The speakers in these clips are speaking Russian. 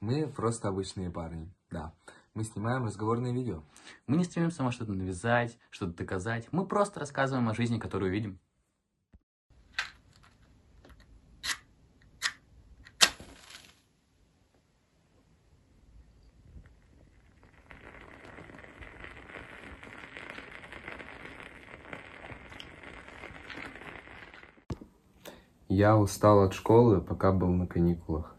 Мы просто обычные парни, да. Мы снимаем разговорные видео. Мы не стремимся вам что-то навязать, что-то доказать. Мы просто рассказываем о жизни, которую видим. Я устал от школы, пока был на каникулах.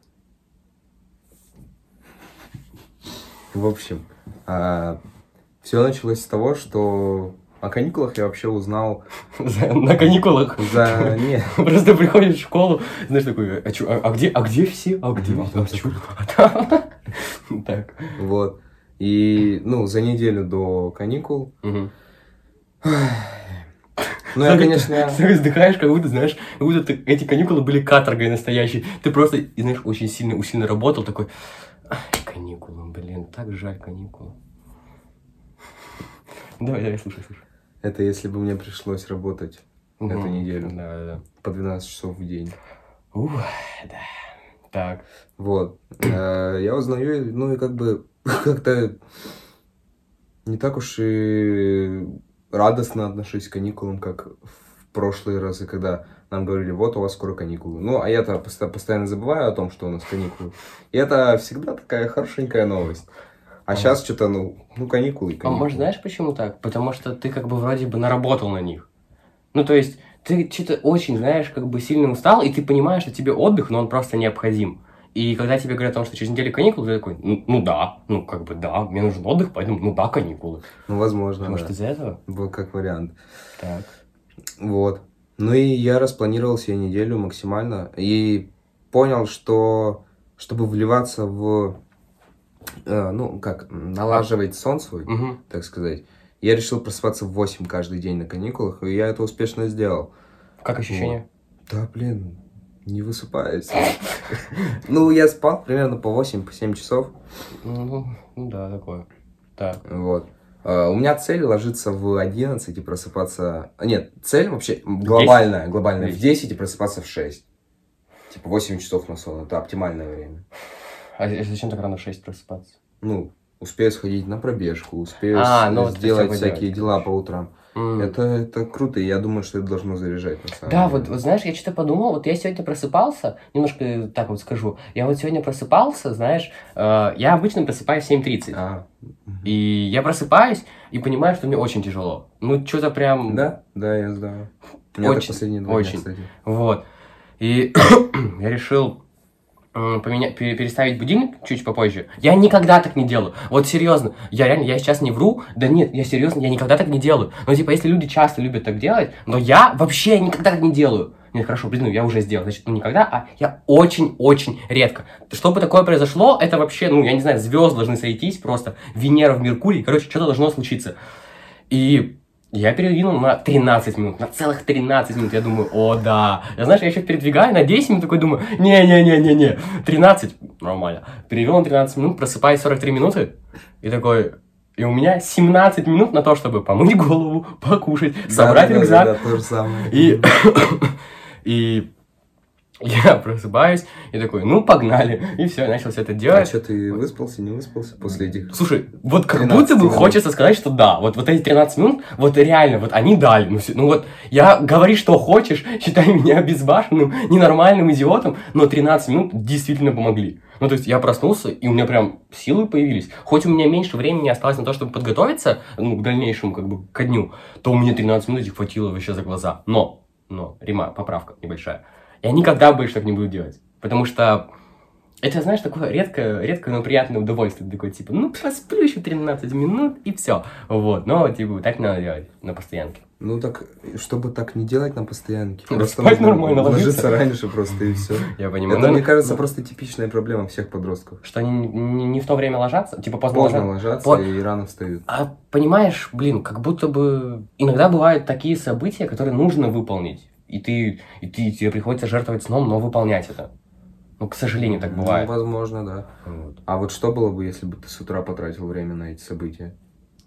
В общем, все началось с того, что о каникулах я вообще узнал... На каникулах? Нет. Просто приходишь в школу, знаешь, такой, а где все? Так. Вот. И, за неделю до каникул... Ну, я, конечно... Ты вздыхаешь, как будто, знаешь, как будто эти каникулы были каторгой настоящей. Ты просто, знаешь, очень сильно работал, такой, каникулы, блин, так жаль каникулы. Давай, слушай. Это если бы мне пришлось работать эту неделю. Да. По 12 часов в день. Да. Так. Вот. Я узнаю, и как бы как-то не так уж и радостно отношусь к каникулам, как в прошлые разы, когда нам говорили, вот у вас скоро каникулы. А я-то постоянно забываю о том, что у нас каникулы. И это всегда такая хорошенькая новость. А сейчас что-то, каникулы. А может, знаешь, почему так? Потому что ты как бы вроде бы наработал на них. То есть, ты что-то очень, знаешь, как бы сильно устал, и ты понимаешь, что тебе отдых, но он просто необходим. И когда тебе говорят о том, что через неделю каникулы, ты такой, да, мне нужен отдых, поэтому, каникулы. Возможно, может, из-за этого? Был как вариант. Так. Вот. И я распланировал себе неделю максимально, и понял, что чтобы вливаться в, налаживать сон свой, так сказать, я решил просыпаться в 8 каждый день на каникулах, и я это успешно сделал. Как ощущения? Да, блин, не высыпаюсь. Я спал примерно по 8-7 часов. Да, такое. Так. Вот. У меня цель ложиться в 11 и просыпаться... Нет, цель вообще глобальная. В 10 и просыпаться в 6. 8 часов на сон. Это оптимальное время. А зачем так рано в 6 просыпаться? Успею сходить на пробежку, успею сделать всякие дела по утрам. Это круто, и я думаю, что это должно заряжать, на самом деле. Да, вот знаешь, я что-то подумал, я сегодня просыпался, немножко так вот скажу, я сегодня просыпался, знаешь, я обычно просыпаюсь в 7:30. И я просыпаюсь и понимаю, что мне очень тяжело. Что-то прям... Да, я знаю. У меня так последние 2 дня, кстати. Вот. И я решил переставить будильник чуть попозже. Я никогда так не делаю. Вот серьезно, я сейчас не вру. Да нет, я серьезно, я никогда так не делаю. Если люди часто любят так делать, но я вообще никогда так не делаю. Нет, хорошо, я уже сделал. Значит, никогда, а я очень-очень редко. Чтобы такое произошло, это вообще, я не знаю, звезды должны сойтись просто. Венера в Меркурий, что-то должно случиться. И я передвинул на 13 минут, на целых 13 минут. Я думаю, о, да. Я еще передвигаю на 10 минут, такой думаю, не, 13, нормально. Перевел на 13 минут, просыпаюсь 43 минуты, и такой... И у меня 17 минут на то, чтобы помыть голову, покушать, собрать рюкзак. Да, то же самое. И я просыпаюсь и такой, погнали. И все, я начал все это делать. А что, ты выспался, не выспался после этих... Слушай, как будто бы хочется сказать, что да. Вот эти 13 минут, реально, они дали. Я говори, что хочешь, считай меня безбашенным, ненормальным идиотом, но 13 минут действительно помогли. То есть я проснулся, и у меня прям силы появились. Хоть у меня меньше времени осталось на то, чтобы подготовиться, к дальнейшему, ко дню, то у меня 13 минут хватило вообще за глаза. Но, поправка небольшая. Я никогда больше так не буду делать. Потому что это, знаешь, такое редкое, но приятное удовольствие. Такое, посплю еще 13 минут, и все. Вот, но, так не надо делать на постоянке. Так, чтобы так не делать на постоянке. Просто спать нормально, ложиться раньше просто, и все. Я понимаю. Это, мне кажется, просто типичная проблема всех подростков. Что они не в то время ложатся? Поздно ложатся и рано встают. А понимаешь, как будто бы иногда бывают такие события, которые нужно выполнить. И тебе приходится жертвовать сном, но выполнять это. К сожалению, так бывает. Возможно, да. А что было бы, если бы ты с утра потратил время на эти события?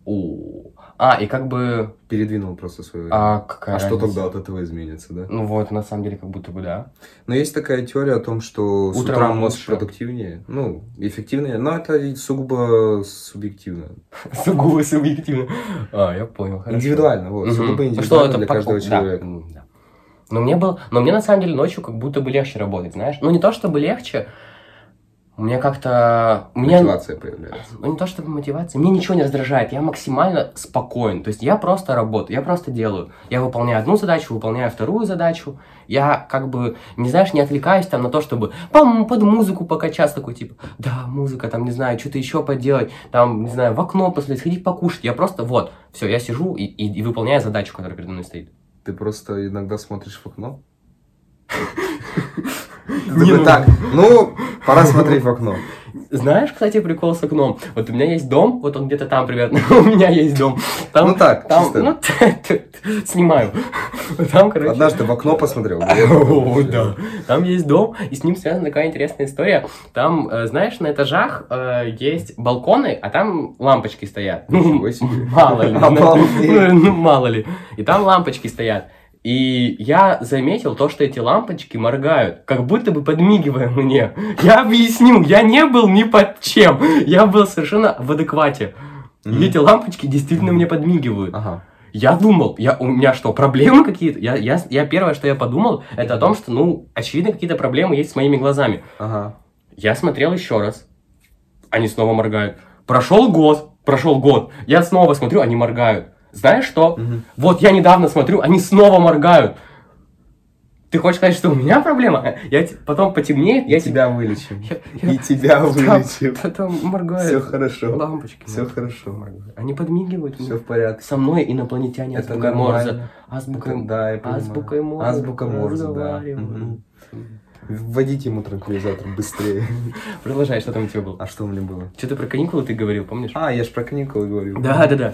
И как бы... Передвинул просто свое А время. какая А что разница? тогда от этого изменится, да? Ну вот, на самом деле, как будто бы да. Но есть такая теория о том, что с Утром утра мозг лучше. продуктивнее, ну, эффективнее, но это и сугубо субъективно. Сугубо субъективно. Я понял, хорошо. Индивидуально, вот, Мгм. сугубо Ну, индивидуально это для каждого да. человека. Да. Но мне на самом деле ночью как будто бы легче работать, знаешь. Ну, не то чтобы легче, мне как-то... Мотивация появляется. Ну, не то чтобы мотивация, мне ничего не раздражает, я максимально спокоен. То есть я просто работаю, я просто делаю. Я выполняю одну задачу, выполняю вторую задачу. Я как бы, не знаешь, не отвлекаюсь там на то, чтобы под музыку покачаться, такой типа, да, музыка, там, не знаю, что-то еще поделать, там, не знаю, в окно посмотреть, сходить покушать. Я просто, вот, все, я сижу и выполняю задачу, которая передо мной стоит. Ты просто иногда смотришь в окно? Не, ну- Так, пора смотреть в окно. Знаешь, кстати, прикол с окном? Вот у меня есть дом, вот он где-то там примерно, у меня есть дом. Там, Ну так, там, чисто. ну, снимаю. Там, короче... Однажды в окно посмотрел. О, да. Там есть дом, и с ним связана такая интересная история. Там, знаешь, на этажах есть балконы, а там лампочки стоят. Ничего себе. Мало ли. Обалдеть. Ну, мало ли. И там лампочки стоят. И я заметил то, что эти лампочки моргают, как будто бы подмигивая мне. Я объясню, я не был ни под чем. Я был совершенно в адеквате. И эти лампочки действительно мне подмигивают. Ага. Я думал, у меня что, проблемы какие-то? Я первое, что я подумал, это о том, что, ну, очевидно, какие-то проблемы есть с моими глазами. Ага. Я смотрел еще раз. Они снова моргают. Прошел год. Я снова смотрю, они моргают. Знаешь что? Вот я недавно смотрю, они снова моргают. Ты хочешь сказать, что у меня проблема? Потом потемнеет, я Тебя вылечим. я- И тебя вылечим. Там моргают. Все хорошо. Лампочки. Все хорошо. Они подмигивают мне. Все в порядке. Со мной инопланетяне Это азбукой Морзе. нормально. Азбукой Да, я понимаю. Азбукой Морзе. Азбука Морзе, да. разговариваю. Вводите ему транквилизатор быстрее. Продолжай, что там у тебя было? А что у меня было? Что-то про каникулы ты говорил, помнишь? Я ж про каникулы говорил. Да.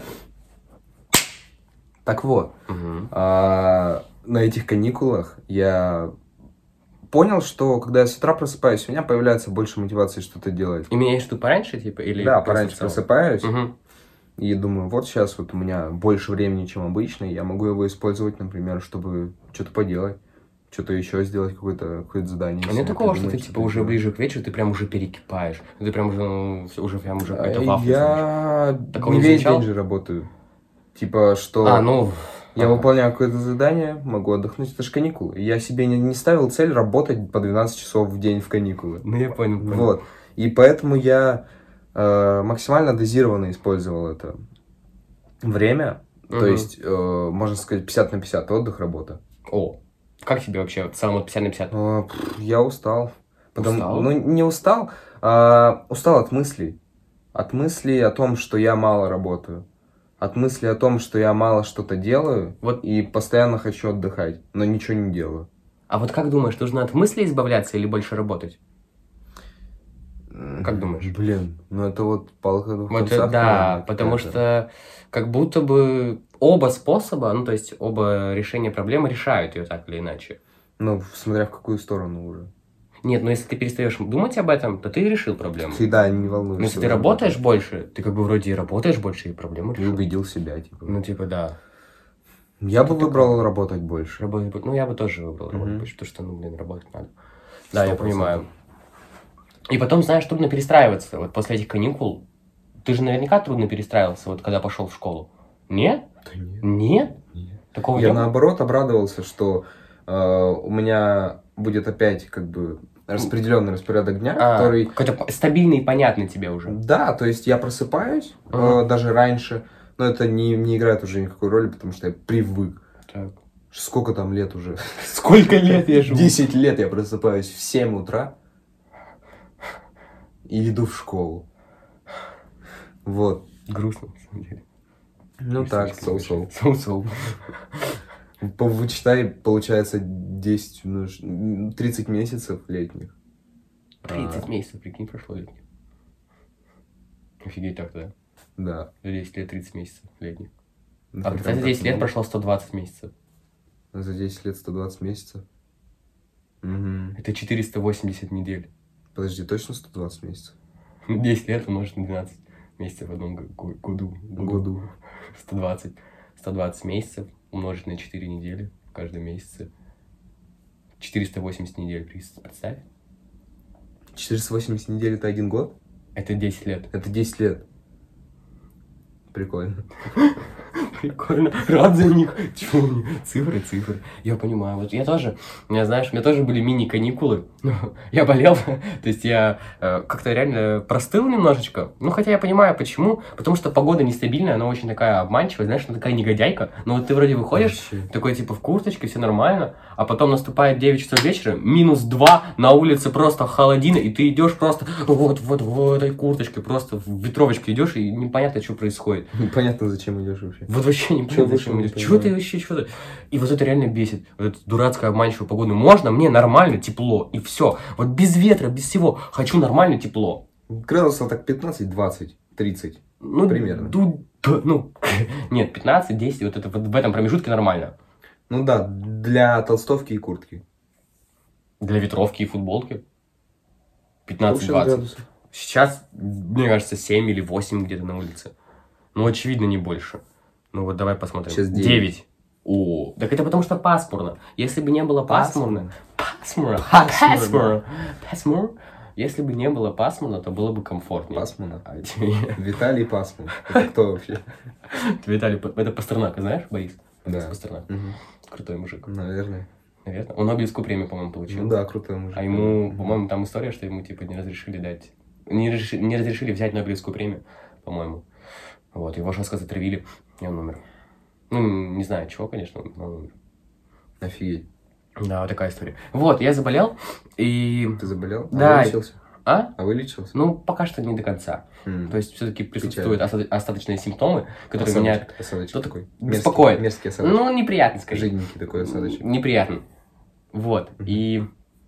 Так вот, на этих каникулах я понял, что когда я с утра просыпаюсь, у меня появляется больше мотивации что-то делать. Имеешь в виду пораньше, типа, или Да, просто пораньше в целом? просыпаюсь. Мгм. И думаю, вот сейчас вот у меня больше времени, чем обычно, и я могу его использовать, например, чтобы что-то поделать, что-то еще сделать, какое-то задание. А нет такого, что ты, придумать, типа, что-то уже сделать. ближе к вечеру, ты прям уже перекипаешь. Ты прям уже какой-то вафли. Я Такого не не весь замечал? день же работаю. Типа, что я ага. выполняю какое-то задание, могу отдохнуть, это же каникулы. Я себе не ставил цель работать по 12 часов в день в каникулы. Ну, я понял. Вот. И поэтому я максимально дозированно использовал это время. То есть, можно сказать, 50 на 50. Отдых, работа. О, как тебе вообще в целом 50 на 50? Я устал. Устал? Ну, не устал, а устал от мыслей. От мыслей о том, что я мало работаю. От мысли о том, что я мало что-то делаю, Вот. и постоянно хочу отдыхать, но ничего не делаю. А вот как думаешь, нужно от мыслей избавляться или больше работать? Как думаешь? Блин, ну это вот палка в двух Вот, концах. да, наверное, потому какая-то. что как будто бы оба способа, ну, то есть оба решения проблемы решают ее так или иначе. Ну, смотря в какую сторону уже. Нет, но если ты перестаешь думать об этом, то ты и решил проблему. Ты, да, не волнуйся. Но если ты уже. работаешь больше, ты как бы вроде и работаешь больше, и проблему И решил. убедил себя, типа. Ну, типа, да. Я бы это выбрал работать больше. Ну, я бы тоже выбрал работать Мгм. больше, потому что, ну, блин, работать надо. Да, я 100%. понимаю. И потом, знаешь, трудно перестраиваться. Вот после этих каникул, ты же наверняка трудно перестраивался, вот когда пошел в школу. Нет? Да нет. Нет? Нет. Такого Я не было? наоборот обрадовался, что у меня будет опять как бы распределенный распорядок дня, который... Какой-то стабильный и понятный тебе уже. Да, то есть я просыпаюсь даже раньше, но это не играет уже никакой роли, потому что я привык. Так. Сколько там лет уже? Сколько лет я живу? 10 лет я просыпаюсь в 7 утра и иду в школу. Вот. Грустно, на самом деле. Ну так, соу-соу. Соу-соу. Вычитай, получается 10, 30 месяцев летних. 30 месяцев, прикинь, прошло летних. Офигеть так, да? Да. За 10 лет 30 месяцев летних. Ну, А прям представь, за так 10 лет много. прошло 120 месяцев. За 10 лет 120 месяцев. Мгм. Это 480 недель. Подожди, точно 120 месяцев? 10 лет умножить на 12 месяцев в одном году. Году. 120 месяцев умножить на 4 недели в каждом месяце. 480 недель, представь. 480 недель это 1 год? Это 10 лет. Это 10 лет. Прикольно. Прикольно. Рад за них. Чего мне? Цифры. Я понимаю. Вот я тоже, у меня тоже были мини-каникулы. Я болел. То есть я как-то реально простыл немножечко. Ну, хотя я понимаю, почему. Потому что погода нестабильная, она очень такая обманчивая. Знаешь, она такая негодяйка. Но вот ты вроде выходишь, такой типа в курточке, все нормально. А потом наступает 9 часов вечера, -2, на улице просто холодина, и ты идешь просто вот в этой курточке, просто в ветровочке идешь, и непонятно, что происходит. Непонятно, зачем идешь вообще. Вот вообще непонятно, зачем идешь. Чего ты вообще, что-то. И вот это реально бесит. Вот эта дурацкая обманчивая погода. Можно мне нормально тепло, и все. Вот без ветра, без всего. Хочу нормально тепло. Градусов так 15, 20, 30. Ну, примерно. Нет, 15, 10, вот это вот в этом промежутке нормально. Ну да, для толстовки и куртки. Для ветровки и футболки. Сколько 15-20. градусов? Сейчас, мне кажется, 7 или 8 где-то на улице. Ну, очевидно, не больше. Ну вот давай посмотрим. Сейчас 9. О, так это потому что пасмурно. Если бы не было пасмурно. Пасмурно. Если бы не было пасмурно, то было бы комфортнее. Пасмурно. Виталий Пасмур. Это кто вообще? Виталий, это Пастернак, знаешь, Борис? Да. Пастернак. Крутой мужик. Наверное. Наверное. Он Нобелевскую премию, по-моему, получил. Ну да, крутой мужик. А ему, по-моему, там история, что ему типа не разрешили дать. Не разрешили взять Нобелевскую премию, по-моему. Вот, его жестко затравили, и он умер. Ну, не знаю, чего, конечно, но он умер. Офигеть. Да, вот такая история. Вот, я заболел, и... Ты заболел? Да. А вылечился? А? А вылечился? Ну, пока что не до конца. То есть, все-таки присутствуют остаточные симптомы, которые меня... Осадочек такой. Беспокоит. Мерзкий осадочек. Ну, неприятно, скорее. Жиденький такой осадочек. Неприятно. Вот, и...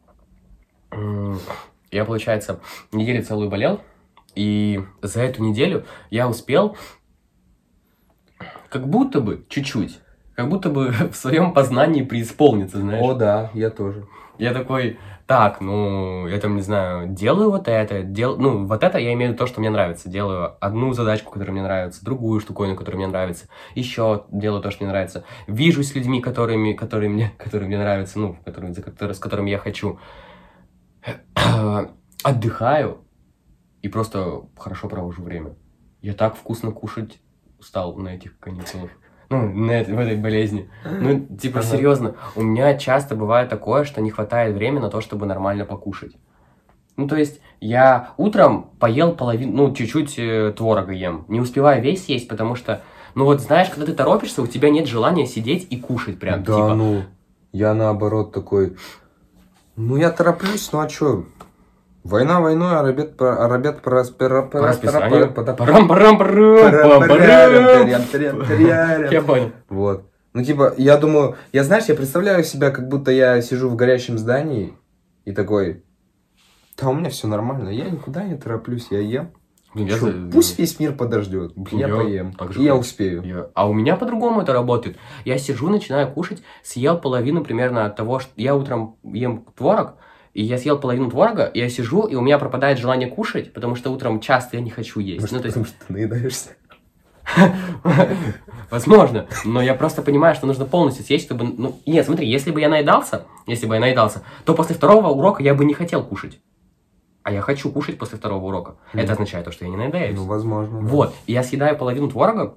Я, получается, неделю целую болел, и за эту неделю я успел как будто бы чуть-чуть, как будто бы в своем познании преисполниться, знаешь. О, да, я тоже. Я такой, так, ну, я там, не знаю, делаю вот это, ну, вот это я имею в виду то, что мне нравится. Делаю одну задачку, которая мне нравится, другую штуковину, которая мне нравится, еще делаю то, что мне нравится. Вижусь с людьми, которые мне нравятся, ну, с которыми я хочу. Отдыхаю и просто хорошо провожу время. Я так вкусно кушать стал на этих каникулах. Ну, в этой болезни. Ну, типа, серьезно, у меня часто бывает такое, что не хватает времени на то, чтобы нормально покушать. Ну, то есть, я утром поел половину, ну, чуть-чуть творога ем. Не успеваю весь есть, потому что, ну, вот знаешь, когда ты торопишься, у тебя нет желания сидеть и кушать прям, да, типа. ну, я наоборот такой, ну, я тороплюсь, ну, а чё? Война войной, а ребят По расписанию. Я понял. Вот. Ну, типа, я думаю, я представляю себя, как будто я сижу в горящем здании и такой, да у меня все нормально, я никуда не тороплюсь, я ем. Пусть весь мир подождет, я поем, и я успею. А у меня по-другому это работает. Я сижу, начинаю кушать, съел половину примерно от того, что я утром ем творог, и я съел половину творога, и я сижу, и у меня пропадает желание кушать, потому что утром часто я не хочу есть. Может, потому что ты наедаешься? Возможно, но я просто понимаю, что нужно полностью съесть, чтобы... Ну, нет, смотри, если бы я наедался, то после второго урока я бы не хотел кушать. А я хочу кушать после второго урока. Это означает то, что я не наедаюсь. Ну, возможно. Вот, и я съедаю половину творога,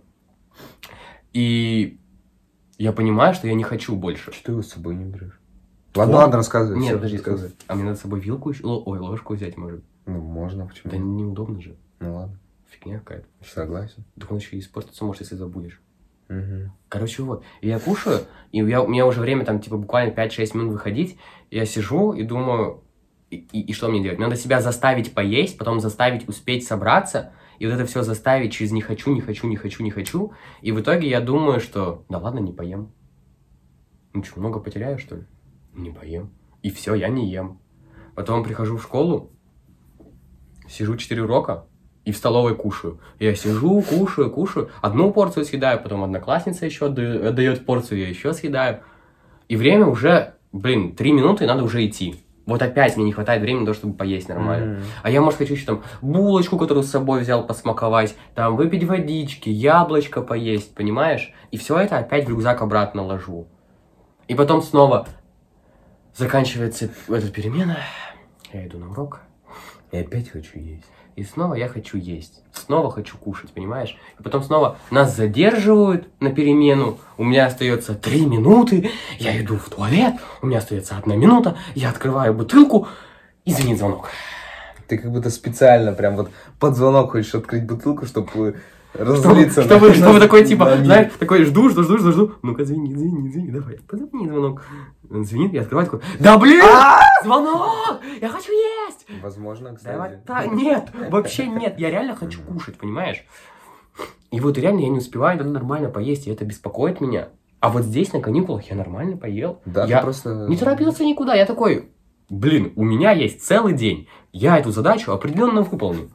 и я понимаю, что я не хочу больше. Что ты его с собой не берешь? Ладно, рассказывай. Нет, подожди, рассказывай. А мне надо с собой вилку, ложку взять, может? Ну, можно, почему? Да неудобно же. Ну, ладно. Фигня какая-то. Согласен. Так он еще и испортится, может, если забудешь. Угу. Короче, вот. И я кушаю, и у меня уже время там, типа, буквально 5-6 минут выходить. И я сижу и думаю, и что мне делать? Мне надо себя заставить поесть, потом заставить успеть собраться, и вот это все заставить через не хочу. И в итоге я думаю, что да ладно, не поем. Ну что, много потеряю, что ли? Не поем. И все, я не ем. Потом прихожу в школу, сижу 4 урока и в столовой кушаю. Я сижу, кушаю. Одну порцию съедаю, потом одноклассница еще отдает порцию, я еще съедаю. И время уже, 3 минуты, и надо уже идти. Вот опять мне не хватает времени на то, чтобы поесть нормально. А я, может, хочу еще там булочку, которую с собой взял, посмаковать, там выпить водички, яблочко поесть, понимаешь? И все это опять в рюкзак обратно ложу. И потом снова заканчивается эта перемена, я иду на урок. И опять хочу есть. И снова я хочу есть. Снова хочу кушать, понимаешь? И потом снова нас задерживают на перемену. У меня остается 3 минуты. Я иду в туалет. У меня остается 1 минута. Я открываю бутылку. И звенит звонок. Ты как будто специально прям вот под звонок хочешь открыть бутылку, чтобы разлиться. Чтобы такой, типа, знаешь, такой жду. Ну-ка, звони, давай. Позвони звонок. Он звенит, я открываю, такой, да блин, звонок, я хочу есть. Возможно, кстати. Нет, вообще нет, я реально хочу кушать, понимаешь? И вот реально я не успеваю нормально поесть, и это беспокоит меня. А вот здесь, на каникулах, я нормально поел. Да, я просто... не торопился никуда, я такой, блин, у меня есть целый день. Я эту задачу определенно выполню.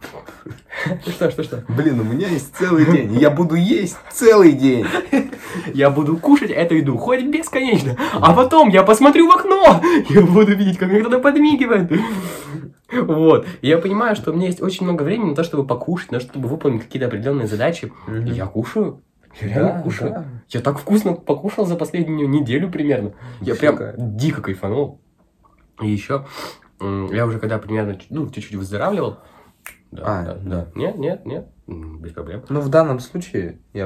Что? Блин, у меня есть целый день. Я буду есть целый день. Я буду кушать эту еду хоть бесконечно. А потом я посмотрю в окно. Я буду видеть, как мне кто-то подмигивает. Вот. И я понимаю, что у меня есть очень много времени на то, чтобы покушать, на то, чтобы выполнить какие-то определенные задачи. И я кушаю. Я реально кушаю. Да. Я так вкусно покушал за последнюю неделю примерно. Я прям дико кайфанул. И еще, я уже когда примерно, чуть-чуть выздоравливал. Да. Нет, без проблем. Но в данном случае я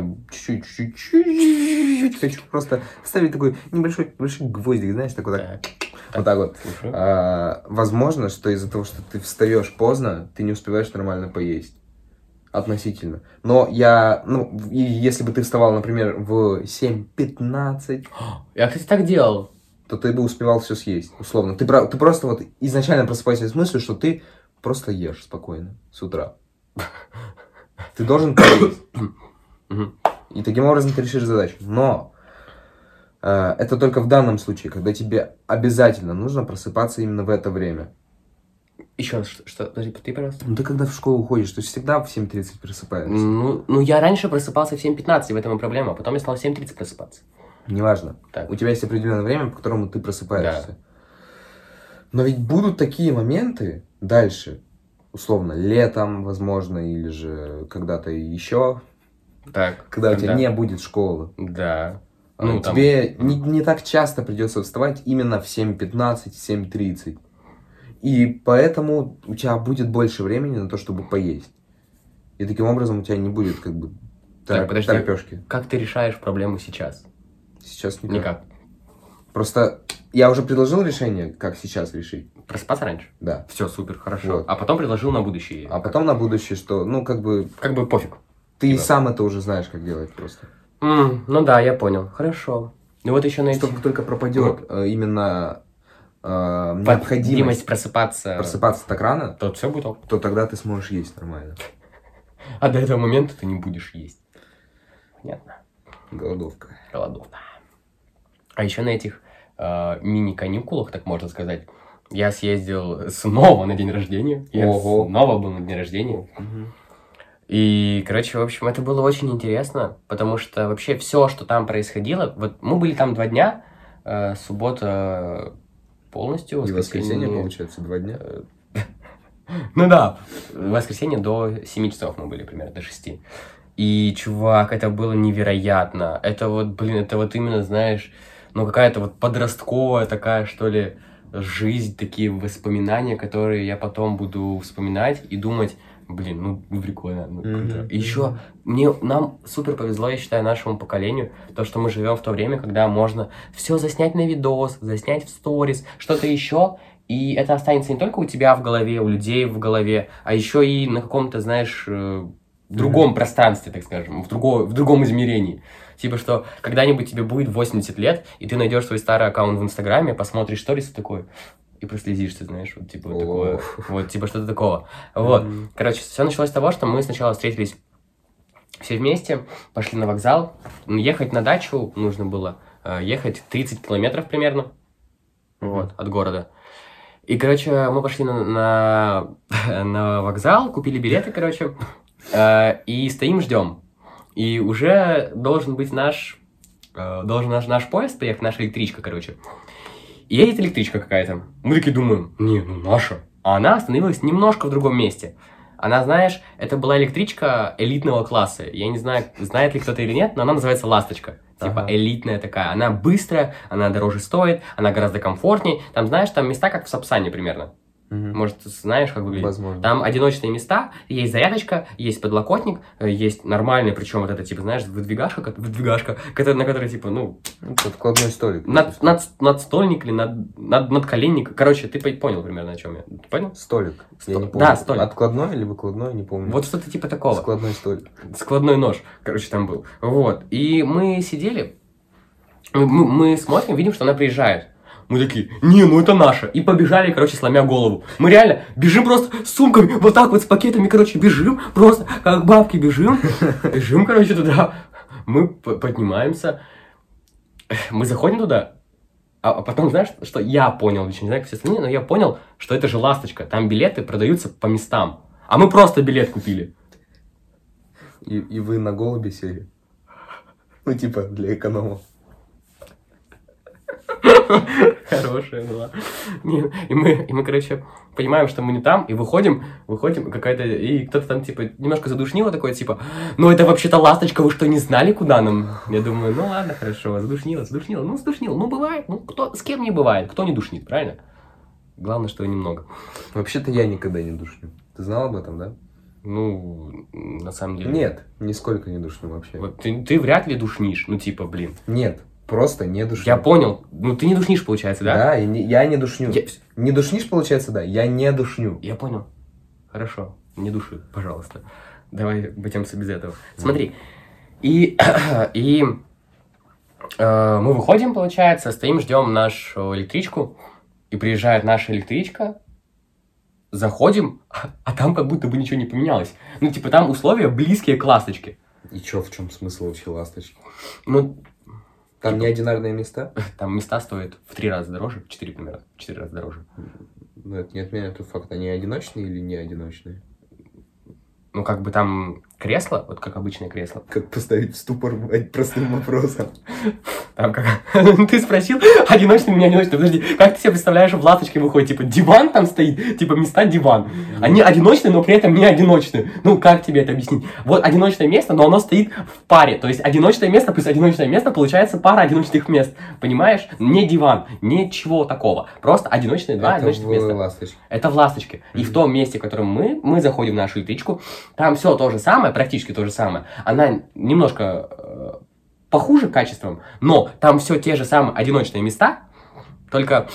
чуть-чуть хочу просто вставить такой небольшой гвоздик, знаешь, такой вот так вот. Возможно, что из-за того, что ты встаешь поздно, ты не успеваешь нормально поесть. Относительно. Но если бы ты вставал, например, в 7:15... Я, кстати, так делал. То ты бы успевал все съесть, условно. Ты просто вот изначально просыпаешься с мыслью, что ты просто ешь спокойно с утра. Ты должен поесть. И таким образом ты решишь задачу. Но это только в данном случае, когда тебе обязательно нужно просыпаться именно в это время. Еще раз, что? Подожди, ты, пожалуйста. Ну, ты когда в школу ходишь, ты всегда в 7:30 просыпаешься. Ну, я раньше просыпался в 7:15, в этом и проблема. А потом я стал в 7:30 просыпаться. Неважно. Так. У тебя есть определенное время, по которому ты просыпаешься. Да. Но ведь будут такие моменты дальше, условно, летом, возможно, или же когда-то еще, когда у тебя не будет школы. Да. Тебе не так часто придется вставать именно в 7:15, 7:30. И поэтому у тебя будет больше времени на то, чтобы поесть. И таким образом у тебя не будет торопёшки. Как ты решаешь проблему сейчас? Сейчас никак. Просто я уже предложил решение, как сейчас решить. Просыпаться раньше? Да. Все, супер, хорошо. Вот. А потом предложил на будущее. А потом на будущее, что, Как бы пофиг. Ты и сам это уже знаешь, как делать просто. Ну да, я понял. Хорошо. Ну вот еще найти... Чтобы только пропадет именно необходимость просыпаться так рано, то все будет ок. То тогда ты сможешь есть нормально. А до этого момента ты не будешь есть. Понятно. Голодовка. А еще на этих мини-каникулах, так можно сказать, я съездил снова на день рождения. Снова был на день рождения. И, короче, в общем, это было очень интересно, потому что вообще все, что там происходило... Вот мы были там 2 дня, суббота полностью, воскресенье, получается, 2 дня? Ну да, в воскресенье до 7 часов мы были, примерно, до 6. И, чувак, это было невероятно. Это вот именно, знаешь, какая-то вот подростковая такая, что ли, жизнь, такие воспоминания, которые я потом буду вспоминать и думать, прикольно, круто. И еще нам супер повезло, я считаю, нашему поколению, то, что мы живем в то время, когда можно все заснять на видос, заснять в сторис, что-то еще, и это останется не только у тебя в голове, у людей в голове, а еще и на каком-то, знаешь, другом пространстве, так скажем, в другом измерении. Типа, что когда-нибудь тебе будет 80 лет, и ты найдешь свой старый аккаунт в Инстаграме, посмотришь сторис такой, и прослезишься, знаешь, вот типа вот такое, вот типа что-то такого. Вот, короче, все началось с того, что мы сначала встретились все вместе, пошли на вокзал, ехать на дачу нужно было, ехать 30 километров примерно, вот, от города. И, короче, мы пошли на вокзал, купили билеты, короче, и стоим, ждем. И уже должен наш поезд приехать, наша электричка, короче. И едет электричка какая-то. Мы такие думаем, не, ну наша. А она остановилась немножко в другом месте. Она, знаешь, это была электричка элитного класса. Я не знаю, знает ли кто-то или нет, но она называется «Ласточка». Типа элитная такая. Она быстрая, она дороже стоит, она гораздо комфортнее. Там, знаешь, там места как в Сапсане примерно. Может, ты знаешь, как выглядит? Возможно. Там одиночные места, есть зарядочка, есть подлокотник, есть нормальный, причем вот это, типа, знаешь, выдвигашка, на которой, типа, ну... Это вкладной столик. Надстольник или надколенник. Короче, ты понял примерно, о чем я. Ты понял? Столик. Я не помню. Да, столик. Откладной или выкладной, не помню. Вот что-то типа такого. Складной столик. Складной нож, короче, там был. Вот. И мы сидели, мы смотрим, видим, что она приезжает. Мы такие, не, ну это наша. И побежали, короче, сломя голову. Мы реально бежим просто с сумками, вот так вот с пакетами, короче, бежим. Просто как бабки бежим. Бежим, короче, туда. Мы поднимаемся. Мы заходим туда. А потом, знаешь, что я понял, еще не знаю, как все остальные, но я понял, что это же «Ласточка». Там билеты продаются по местам. А мы просто билет купили. И вы на голубе сели? Ну, типа, для эконома. Хорошая была. И мы, короче, понимаем, что мы не там, и выходим какая-то, и кто-то там, типа, немножко задушнило такое, типа, ну это вообще-то «Ласточка», вы что, не знали, куда нам? Я думаю, ну ладно, хорошо, задушнило, ну бывает, ну кто, с кем не бывает, кто не душнит, правильно? Главное, что немного. Вообще-то я никогда не душню. Ты знал об этом, да? Ну, на самом деле... Нет, нисколько не душню вообще. Вот ты вряд ли душнишь, ну типа, блин. Нет. Просто не душню. Я понял. Ну, ты не душнишь, получается, да? Да, я не душню. Не душнишь, получается, да? Я не душню. Я понял. Хорошо. Не души, пожалуйста. Давай обойдемся без этого. Смотри. И мы выходим, получается, стоим, ждем нашу электричку. И приезжает наша электричка. Заходим, а там как будто бы ничего не поменялось. Ну, типа, там условия близкие к «Ласточке». И чё, в чем смысл вообще «Ласточки»? Ну... Там не одинарные места? Там места стоят в 3 раза дороже, в 4 примерно, в 4 раза дороже. Ну, это не отменяет тот факт, они одиночные или не одиночные? Ну, как бы там кресло, вот как обычное кресло. Как поставить в ступор простым вопросом? Там как... Ты спросил, одиночный или не одиночный? Подожди, как ты себе представляешь, в «Ласточке» выходит, типа, диван там стоит, типа, места диван. Они одиночные, но при этом не одиночные. Ну, как тебе это объяснить? Вот одиночное место, но оно стоит в паре. То есть, одиночное место плюс одиночное место, получается пара одиночных мест. Понимаешь? Не диван, ничего такого. Просто одиночные два одиночных места. Это в «Ласточке». Это в «Ласточке». И в том месте, в котором мы заходим в нашу электричку, там все то же самое, практически то же самое. Она немножко похуже качеством, но там все те же самые одиночные места, только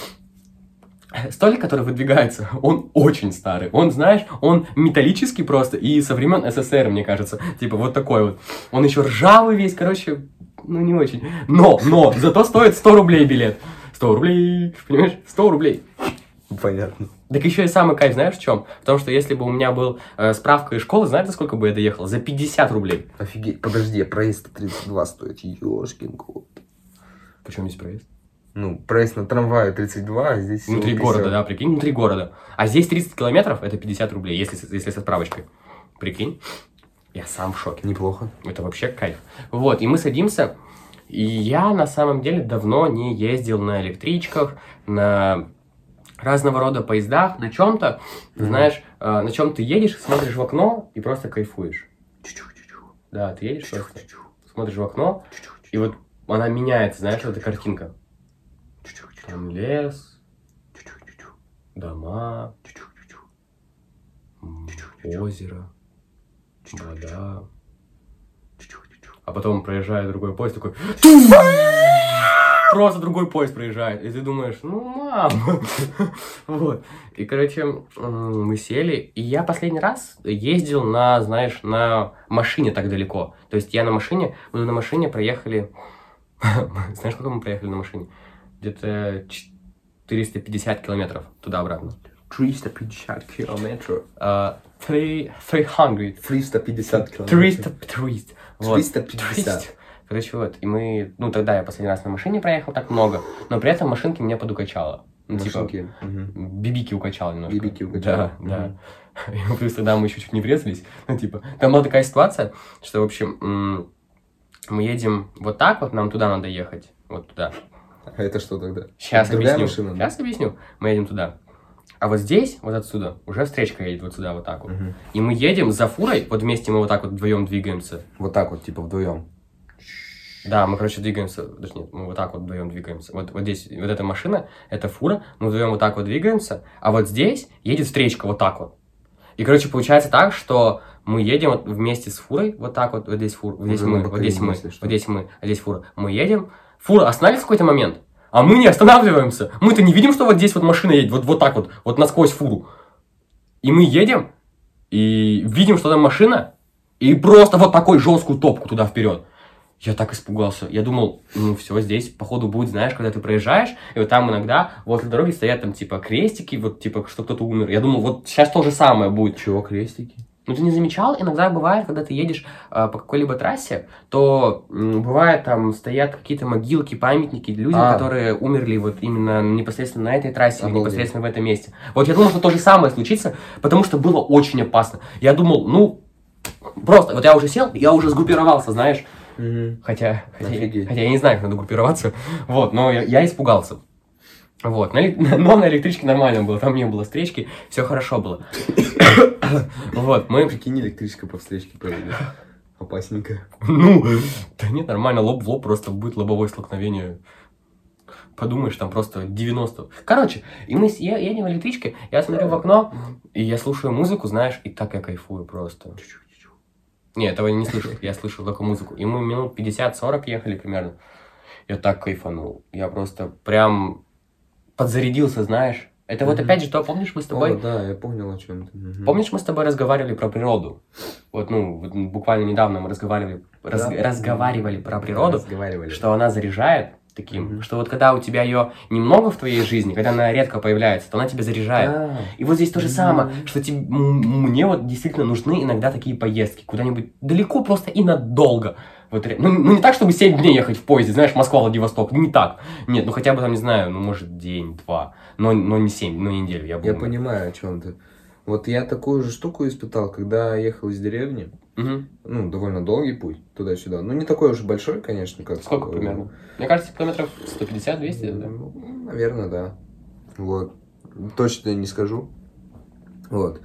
столик, который выдвигается, он очень старый. Он, знаешь, он металлический просто и со времен СССР, мне кажется. Типа вот такой вот. Он еще ржавый весь, короче, ну не очень. Но, зато стоит 100 рублей билет. 100 рублей, понимаешь? 100 рублей. Понятно. Так еще и самый кайф, знаешь, в чем? В том, что если бы у меня был справка из школы, знаешь, за сколько бы я доехал? За 50 рублей. Офигеть, подожди, проезд 32 стоит, ёшкин кот. Почему здесь проезд? Ну, проезд на трамвае 32, а здесь... Внутри города, да, прикинь, внутри города. А здесь 30 километров, это 50 рублей, если со справочкой. Прикинь, я сам в шоке. Неплохо. Это вообще кайф. Вот, и мы садимся, и я на самом деле давно не ездил на электричках, на... разного рода поездах, на чем-то, знаешь, на чем ты едешь, смотришь в окно и просто кайфуешь. Да, ты едешь просто, смотришь в окно, и вот она меняется, знаешь, вот эта картинка. Там лес, дома, озеро, вода. А потом проезжает другой поезд, такой... Просто другой поезд проезжает. И ты думаешь, ну, мам. Вот. И, короче, мы сели. И я последний раз ездил на, знаешь, на машине так далеко. То есть я на машине, мы на машине проехали... Знаешь, сколько мы проехали на машине? Где-то 450 километров туда-обратно. 350 километров. 300. 350 километров. 300. 350. Короче, вот, и мы, ну, тогда я последний раз на машине проехал так много, но при этом машинки меня подукачало. Ну, Машинки. типа, бибики укачало немножко. Бибики укачало. Да. И плюс тогда мы еще чуть не врезались, ну, типа, там была такая ситуация, что, в общем, мы едем вот так вот, нам туда надо ехать, вот туда. А это что тогда? Сейчас Другая объясню. машина, да? Сейчас объясню. Мы едем туда. А вот здесь, вот отсюда, уже встречка едет вот сюда, вот так вот. Мгм. И мы едем за фурой, вот вместе мы вот так вот вдвоем двигаемся. Вот так вот, типа вдвоем. Да, мы, короче, двигаемся, даже нет, мы вот так вот вдвоем двигаемся. Вот здесь, вот эта машина, это фура, мы вдвоем вот так вот двигаемся, а вот здесь едет встречка вот так вот. И, короче, получается так, что мы едем вот вместе с фурой, вот так вот, вот здесь фура, вот здесь Уже на мы, вот здесь боковине, мы, если что. вот здесь мы, а здесь фура. Мы едем, фура останавливается в какой-то момент, а мы не останавливаемся. Мы-то не видим, что вот здесь вот машина едет, вот так вот насквозь фуру. И мы едем, и видим, что там машина, и просто вот такой жесткую топку туда вперед. Я так испугался. Я думал, ну все, здесь, походу, будет, знаешь, когда ты проезжаешь, и вот там иногда возле дороги стоят там, типа, крестики, вот, типа, что кто-то умер. Я думал, вот сейчас то же самое будет. Чего, крестики? Ну, ты не замечал? Иногда бывает, когда ты едешь по какой-либо трассе, то бывает, там стоят какие-то могилки, памятники людям, которые умерли вот именно непосредственно на этой трассе, или непосредственно в этом месте. Вот я думал, что то же самое случится, потому что было очень опасно. Я думал, просто, вот я уже сел, я уже сгруппировался, знаешь. Хотя я не знаю, как надо группироваться. Вот, но я испугался. Вот, но на электричке нормально было, там не было встречки, все хорошо было. Вот, мы... Прикинь, электричка по встречке проедет. Опасненько. Ну, да нет, нормально, лоб в лоб, просто будет лобовое столкновение. Подумаешь, там просто 90. Короче, и мы едем в электричке, я смотрю в окно, и я слушаю музыку, знаешь, и так я кайфую просто. Нет, этого я не слышал, я слышал только музыку. И мы минут 50-40 ехали примерно. Я так кайфанул. Я просто прям подзарядился, знаешь. Это вот опять же, то помнишь, мы с тобой... О, да, я понял о чем ты. Помнишь, мы с тобой разговаривали про природу? Вот, ну, буквально недавно мы разговаривали про природу, что она заряжает таким, что вот когда у тебя ее немного в твоей жизни, когда она редко появляется, то она тебя заряжает. И вот здесь то же самое, что мне вот действительно нужны иногда такие поездки, куда-нибудь далеко просто и надолго. Вот, ну, не так, чтобы 7 дней ехать в поезде, знаешь, Москва-Владивосток, не так. Нет, ну хотя бы там, не знаю, ну, может, день-два, но не 7, но неделю. Я понимаю, о чем ты. Вот я такую же штуку испытал, когда ехал из деревни. Ну, довольно долгий путь туда-сюда. Ну, не такой уж большой, конечно, как... Сколько примерно? Мне кажется, километров 150-200, да? Наверное, да. Вот. Точно не скажу. Вот.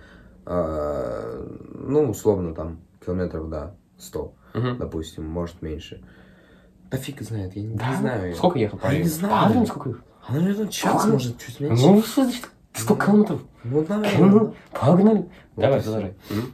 Ну, условно, там, километров, да, 100, допустим, может, меньше. Да фиг знает, я не знаю. Сколько ехал? Я не знаю. Правда, сколько ехал? Наверное, час, может, чуть меньше. Ну, что значит, 100 километров? Ну, наверное. Погнали. Давай, продолжай.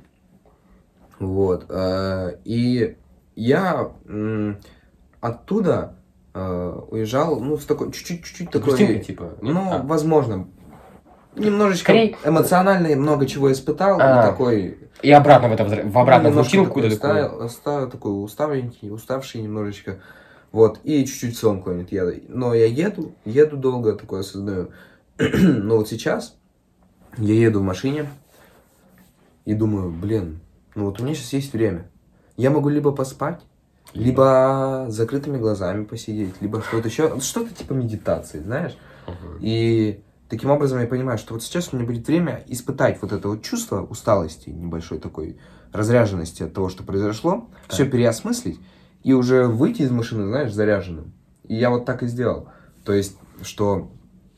Вот. И я оттуда уезжал, ну, с такой, чуть-чуть такой... типа? Ну, возможно. Немножечко эмоционально много чего испытал. И такой... И обратно в обратную грустинку какую-то такую. Такой уставший немножечко. Вот. И чуть-чуть сон клонит. Но я еду долго, такое осознаю. Но вот сейчас я еду в машине и думаю, блин, ну вот у меня сейчас есть время. Я могу либо поспать, либо с закрытыми глазами посидеть, либо что-то еще. Что-то типа медитации, знаешь? И таким образом я понимаю, что вот сейчас у меня будет время испытать вот это вот чувство усталости, небольшой такой разряженности от того, что произошло, все переосмыслить и уже выйти из машины, знаешь, заряженным. И я вот так и сделал. То есть, что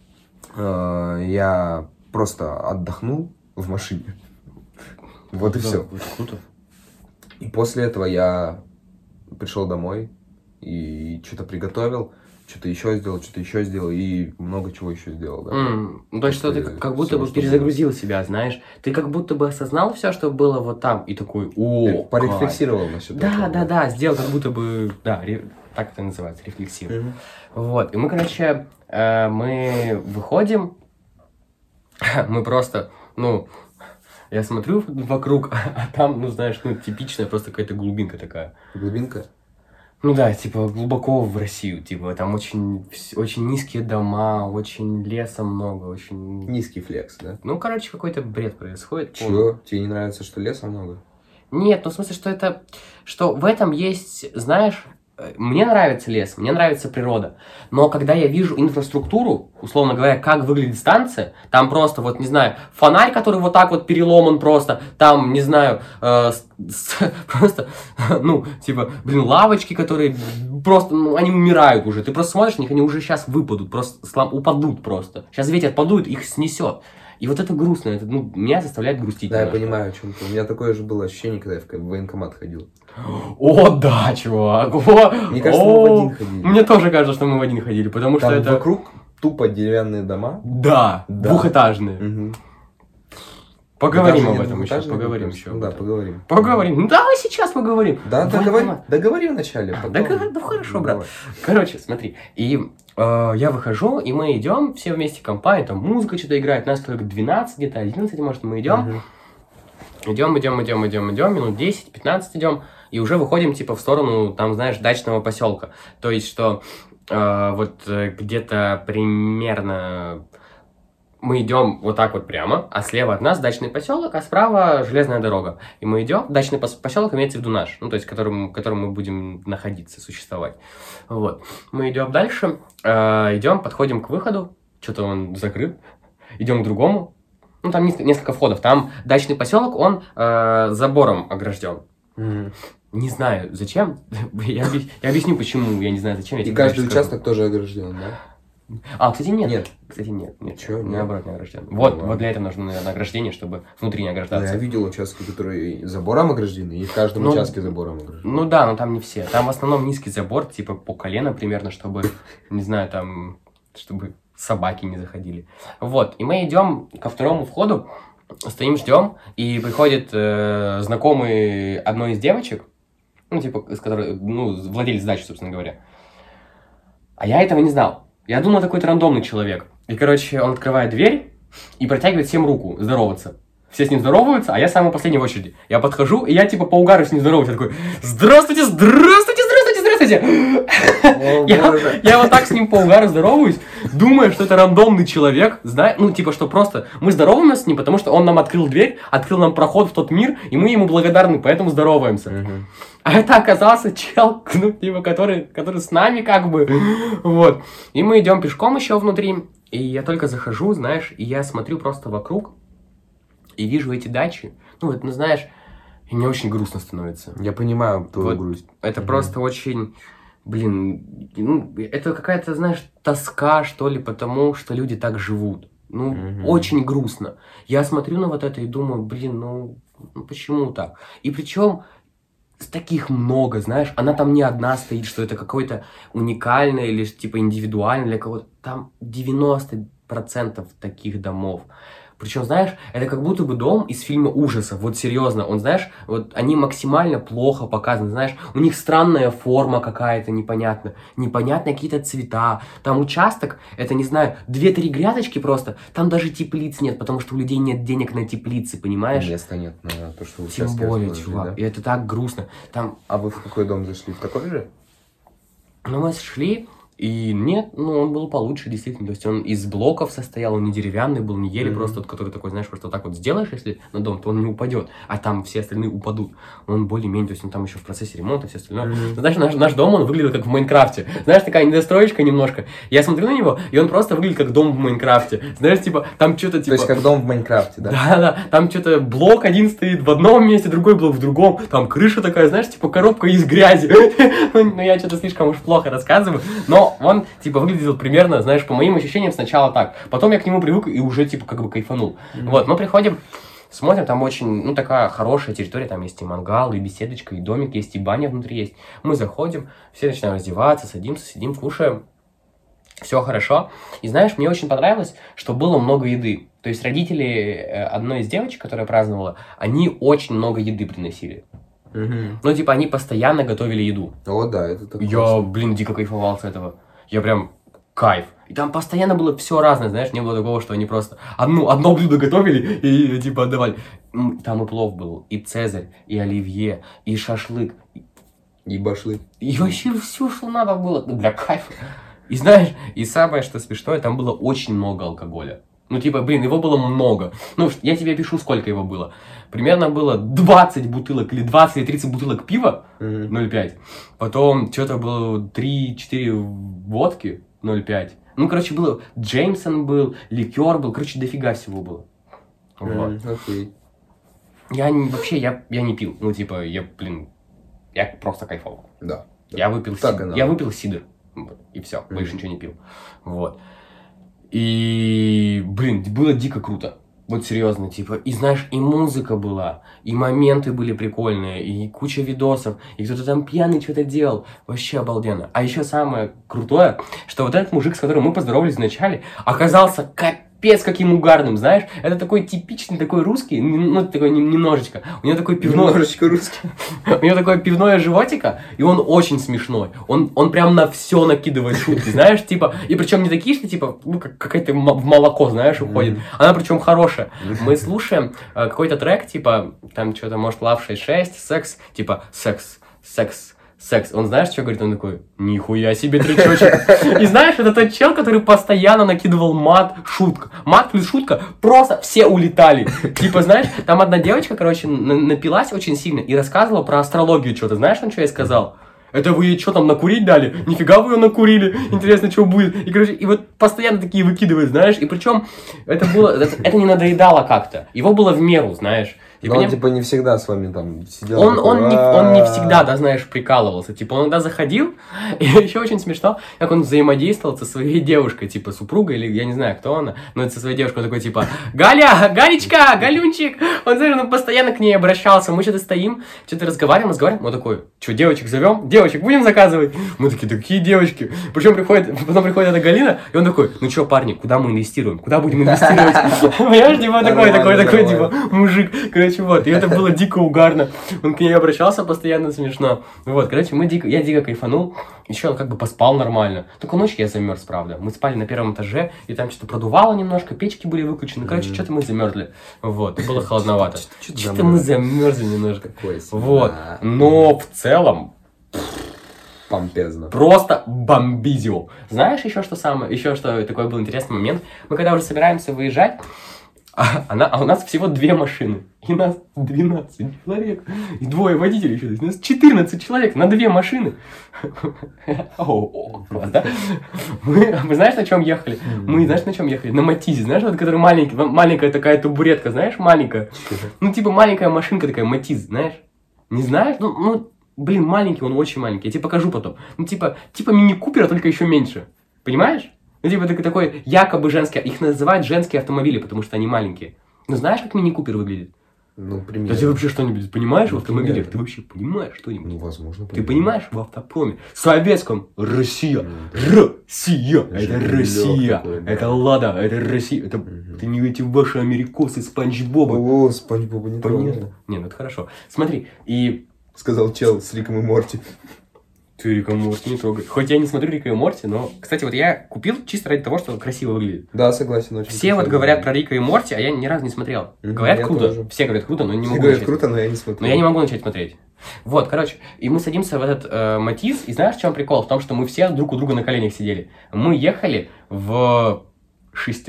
я просто отдохнул в машине. Вот и все. Круто. И после этого я пришел домой и что-то приготовил, что-то еще сделал, и много чего еще сделал. Да? Ну, то есть, что ты как будто бы перезагрузил себя, знаешь. Ты как будто бы осознал все, что было вот там, и такой, порефлексировал насчет этого. Да, сделал как будто бы, да, так это называется, рефлексировал. Вот, и мы, короче, мы выходим, мы просто, ну... Я смотрю вокруг, а там, ну, знаешь, ну, типичная просто какая-то глубинка такая. Глубинка? Ну да, типа, глубоко в Россию, типа, там очень низкие дома, очень леса много, очень... Низкий флекс, да? Ну, короче, какой-то бред происходит. Чего? Тебе не нравится, что леса много? Нет, ну, в смысле, что в этом есть, знаешь... Мне нравится лес, мне нравится природа, но когда я вижу инфраструктуру, условно говоря, как выглядит станция, там просто, вот, не знаю, фонарь, который вот так вот переломан просто, там, не знаю, просто, ну, типа, блин, лавочки, которые просто, ну, они умирают уже. Ты просто смотришь на них, они уже сейчас выпадут, просто упадут просто. Сейчас ветер подует, их снесет. И вот это грустно, это, ну, меня заставляет грустить. Да, немножко. я понимаю, о чем ты. У меня такое же было ощущение, когда я в военкомат ходил. О, да, чувак. Мне кажется, мы в один ходили. Мне тоже кажется, что мы в один ходили, потому Там что это... вокруг тупо деревянные дома. Да, Да. двухэтажные. Угу. Поговорим об этом еще, поговорим еще. Да, поговорим. Поговорим. Ну, давай сейчас поговорим. Да, договори вначале. Ну, хорошо, брат. Короче, смотри. И я выхожу, и мы идем, все вместе в компании, там музыка что-то играет, нас только 12 где-то, 11, может, мы идем. Идем, минут 10-15 идем, и уже выходим, типа, в сторону, там, знаешь, дачного поселка. То есть, что вот где-то примерно... Мы идем вот так вот прямо, а слева от нас дачный поселок, а справа железная дорога. И мы идем, дачный поселок имеется в виду наш, ну, то есть, в котором мы будем находиться, существовать. Вот. Мы идем дальше, идем, подходим к выходу, что-то он закрыт, идем к другому. Ну, там несколько входов, там дачный поселок, он забором огражден. Не знаю, зачем, я объясню, почему, я не знаю, зачем. И каждый участок тоже огражден, да? Кстати, нет. Кстати, нет. Чё, наоборот, не огражден. Вот для этого нужно, наверное, ограждение, чтобы внутри не ограждаться. Я видел участки, которые забором ограждены, и в каждом участке забором ограждены. Ну да, но там не все. Там в основном низкий забор, типа по колено примерно, чтобы, не знаю, там, чтобы собаки не заходили. Вот, и мы идем ко второму входу, стоим, ждем, и приходит знакомый одной из девочек, ну, типа, с которой, ну, владелец дачи, собственно говоря. А я этого не знал. Я думал, это какой-то рандомный человек. И, короче, он открывает дверь и протягивает всем руку здороваться. Все с ним здороваются, а я самый последний в очереди. Я подхожу, и я, типа, по угару с ним здороваюсь. Я такой, здравствуйте, здравствуйте, здравствуйте, здравствуйте. Я вот так с ним по угару здороваюсь, думая, что это рандомный человек. Ну, типа, что просто мы здороваемся с ним, потому что он нам открыл дверь, открыл нам проход в тот мир, и мы ему благодарны, поэтому здороваемся. А это оказался чел, ну, типа, который с нами как бы, вот. И мы идем пешком еще внутри, и я только захожу, знаешь, и я смотрю просто вокруг, и вижу эти дачи, ну, вот, ну, знаешь, и мне очень грустно становится. Я понимаю твою вот, грусть. Это просто очень, блин, ну, это какая-то, знаешь, тоска, что ли, потому что люди так живут. Ну, очень грустно. Я смотрю на вот это и думаю, блин, ну почему так? И причем... Таких много, знаешь, она там не одна стоит, что это какой-то уникальный или типа индивидуальный для кого-то. Там 90% таких домов. Причем, знаешь, это как будто бы дом из фильма ужасов. Вот серьезно, он, знаешь, вот они максимально плохо показаны, знаешь, у них странная форма какая-то непонятная, непонятные какие-то цвета. Там участок, это, не знаю, 2-3 грядочки просто, там даже теплиц нет, потому что у людей нет денег на теплицы, понимаешь? Места нет на то, что Тем более, чувак, да? И это так грустно. Там... А вы в какой дом зашли? В такой же? Ну, мы шли... И нет, ну, он был получше, действительно. То есть он из блоков состоял, он не деревянный был, не еле просто, тот, который такой, знаешь, просто вот так вот сделаешь, если на дом, то он не упадет, а там все остальные упадут. Он более-менее, то есть он там еще в процессе ремонта, все остальное. Знаешь, наш дом, он выглядел как в Майнкрафте. Знаешь, такая недостроечка немножко. Я смотрю на него, и он просто выглядит как дом в Майнкрафте. Знаешь, типа, там что-то типа... То есть как дом в Майнкрафте, да? Да, там что-то блок один стоит в одном месте, другой блок в другом. Там крыша такая, знаешь, типа коробка из грязи. Ну, я что-то слишком уж плохо рассказываю. Но он, типа, выглядел примерно, знаешь, по моим ощущениям сначала так. Потом я к нему привык и уже, типа, как бы кайфанул. Вот, мы приходим, смотрим, там очень, ну, такая хорошая территория. Там есть и мангал, и беседочка, и домик есть, и баня внутри есть. Мы заходим, все начинаем раздеваться, садимся, сидим, кушаем. Все хорошо. И знаешь, мне очень понравилось, что было много еды. То есть родители одной из девочек, которая праздновала, они очень много еды приносили. Ну, типа, они постоянно готовили еду. О, да, это так. Я, блин, дико кайфовал с этого. Я прям кайф. И там постоянно было все разное, знаешь, не было такого, что они просто одно блюдо готовили и, типа, отдавали. Там и плов был, и цезарь, и оливье, и шашлык. И башлык. И вообще все, что надо было. Бля, кайф. И знаешь, и самое, что смешное, там было очень много алкоголя. Ну, типа, блин, его было много. Ну, я тебе пишу, сколько его было. Примерно было 20 бутылок или 20 или 30 бутылок пива 0,5. Потом что-то было 3-4 водки 0,5. Ну, короче, было Джеймсон был, ликер был. Короче, дофига всего было. Вот. Окей. Я не пил. Ну, типа, я просто кайфовал. Да. Я выпил Так сидр. и надо. Я выпил сидр. И все, больше ничего не пил. Вот. И, блин, было дико круто. Вот серьезно, типа, и знаешь, и музыка была, и моменты были прикольные, и куча видосов, и кто-то там пьяный что-то делал. Вообще обалденно. А еще самое крутое, что вот этот мужик, с которым мы поздоровались вначале, оказался капец каким угарным, знаешь. Это такой типичный такой русский, ну, такой немножечко. У него такой пивной... Немножечко русский. У него такое пивное животико, и он очень смешной. Он прям на все накидывает шутки, знаешь, типа, и причем не такие, что типа, ну, как какая-то в молоко, знаешь, уходит. Она причем хорошая. Мы слушаем какой-то трек, типа, там что-то, может, Love 66, секс, типа, секс. Он знаешь, что говорит? Он такой, нихуя себе тречочек. И знаешь, это тот чел, который постоянно накидывал мат, шутка. Мат плюс шутка, просто все улетали. Типа, знаешь, там одна девочка, короче, напилась очень сильно и рассказывала про астрологию что-то. Знаешь, он что ей сказал? Это вы ей что там, накурить дали? Нифига вы ее накурили. Интересно, что будет. И, короче, и вот постоянно такие выкидывают, знаешь. И причем это не надоедало как-то. Его было в меру, знаешь. Но он, типа, не всегда с вами там сидел. Он не всегда, да, знаешь, прикалывался. Типа, он иногда заходил, и еще очень смешно, как он взаимодействовал со своей девушкой, типа, супругой, или я не знаю, кто она, но это со своей девушкой, он такой, типа, Галя, Галечка, Галюнчик. Он, знаешь, он постоянно к ней обращался. Мы что-то стоим, что-то разговариваем. Он такой, что, девочек зовем? Девочек будем заказывать? Мы такие, да какие девочки? Причем потом приходит эта Галина, и он такой, ну что, парни, куда мы инвестируем? Куда будем инвестировать? Понимаешь, типа, такой, типа, мужик. Короче, вот, и это было дико угарно. Он к ней обращался постоянно, смешно. Вот, короче, я дико кайфанул. Еще он как бы поспал нормально. Только ночью я замерз, правда. Мы спали на первом этаже, и там что-то продувало немножко, печки были выключены. Короче, что-то мы замерзли. Вот, и было холодновато. Что-то мы замерзли немножко. Вот, но в целом... Помпезно. Просто бомбизио. Знаешь еще что такой был интересный момент? Мы когда уже собираемся выезжать, а у нас всего 2 машины. И нас 12 человек. И 2 водителей еще. У нас 14 человек на 2 машины. Да? Мы знаешь, на чем ехали? Мы знаешь, на чем ехали? На Матизе. Знаешь, вот, который маленькая такая табуретка, знаешь, маленькая? Ну, типа маленькая машинка такая, Матиз, знаешь? Не знаешь? Ну, блин, маленький, он очень маленький. Я тебе покажу потом. Ну, типа мини-купера, только еще меньше. Понимаешь? Ну, типа, такой якобы женский. Их называют женские автомобили, потому что они маленькие. Ну, знаешь, как мини-купер выглядит? Ну, примерно. Да ты вообще что-нибудь понимаешь в автомобилях? Ты вообще понимаешь что-нибудь? Ну, возможно. Ты понимаешь в автопроме? Советском Россия. Россия. Это Россия. Это Лада. Это Россия. Это не эти ваши америкосы Спанч Боба. О, Спанч Боба не понятно. Не, ну это хорошо. Смотри, и... Сказал чел с Риком и Морти. Ты Рика и Морти не трогай. Хоть я не смотрю Рика и Морти, но... Кстати, вот я купил чисто ради того, что красиво выглядит. Да, согласен, очень. Все вот говорят про Рика и Морти, а я ни разу не смотрел. Говорят круто. Тоже. Все говорят круто, но не могу говорят начать. Круто, но я не смотрю. Но я не могу начать смотреть. Вот, короче, и мы садимся в этот Матиз, и знаешь, в чем прикол? В том, что мы все друг у друга на коленях сидели. Мы ехали в 6.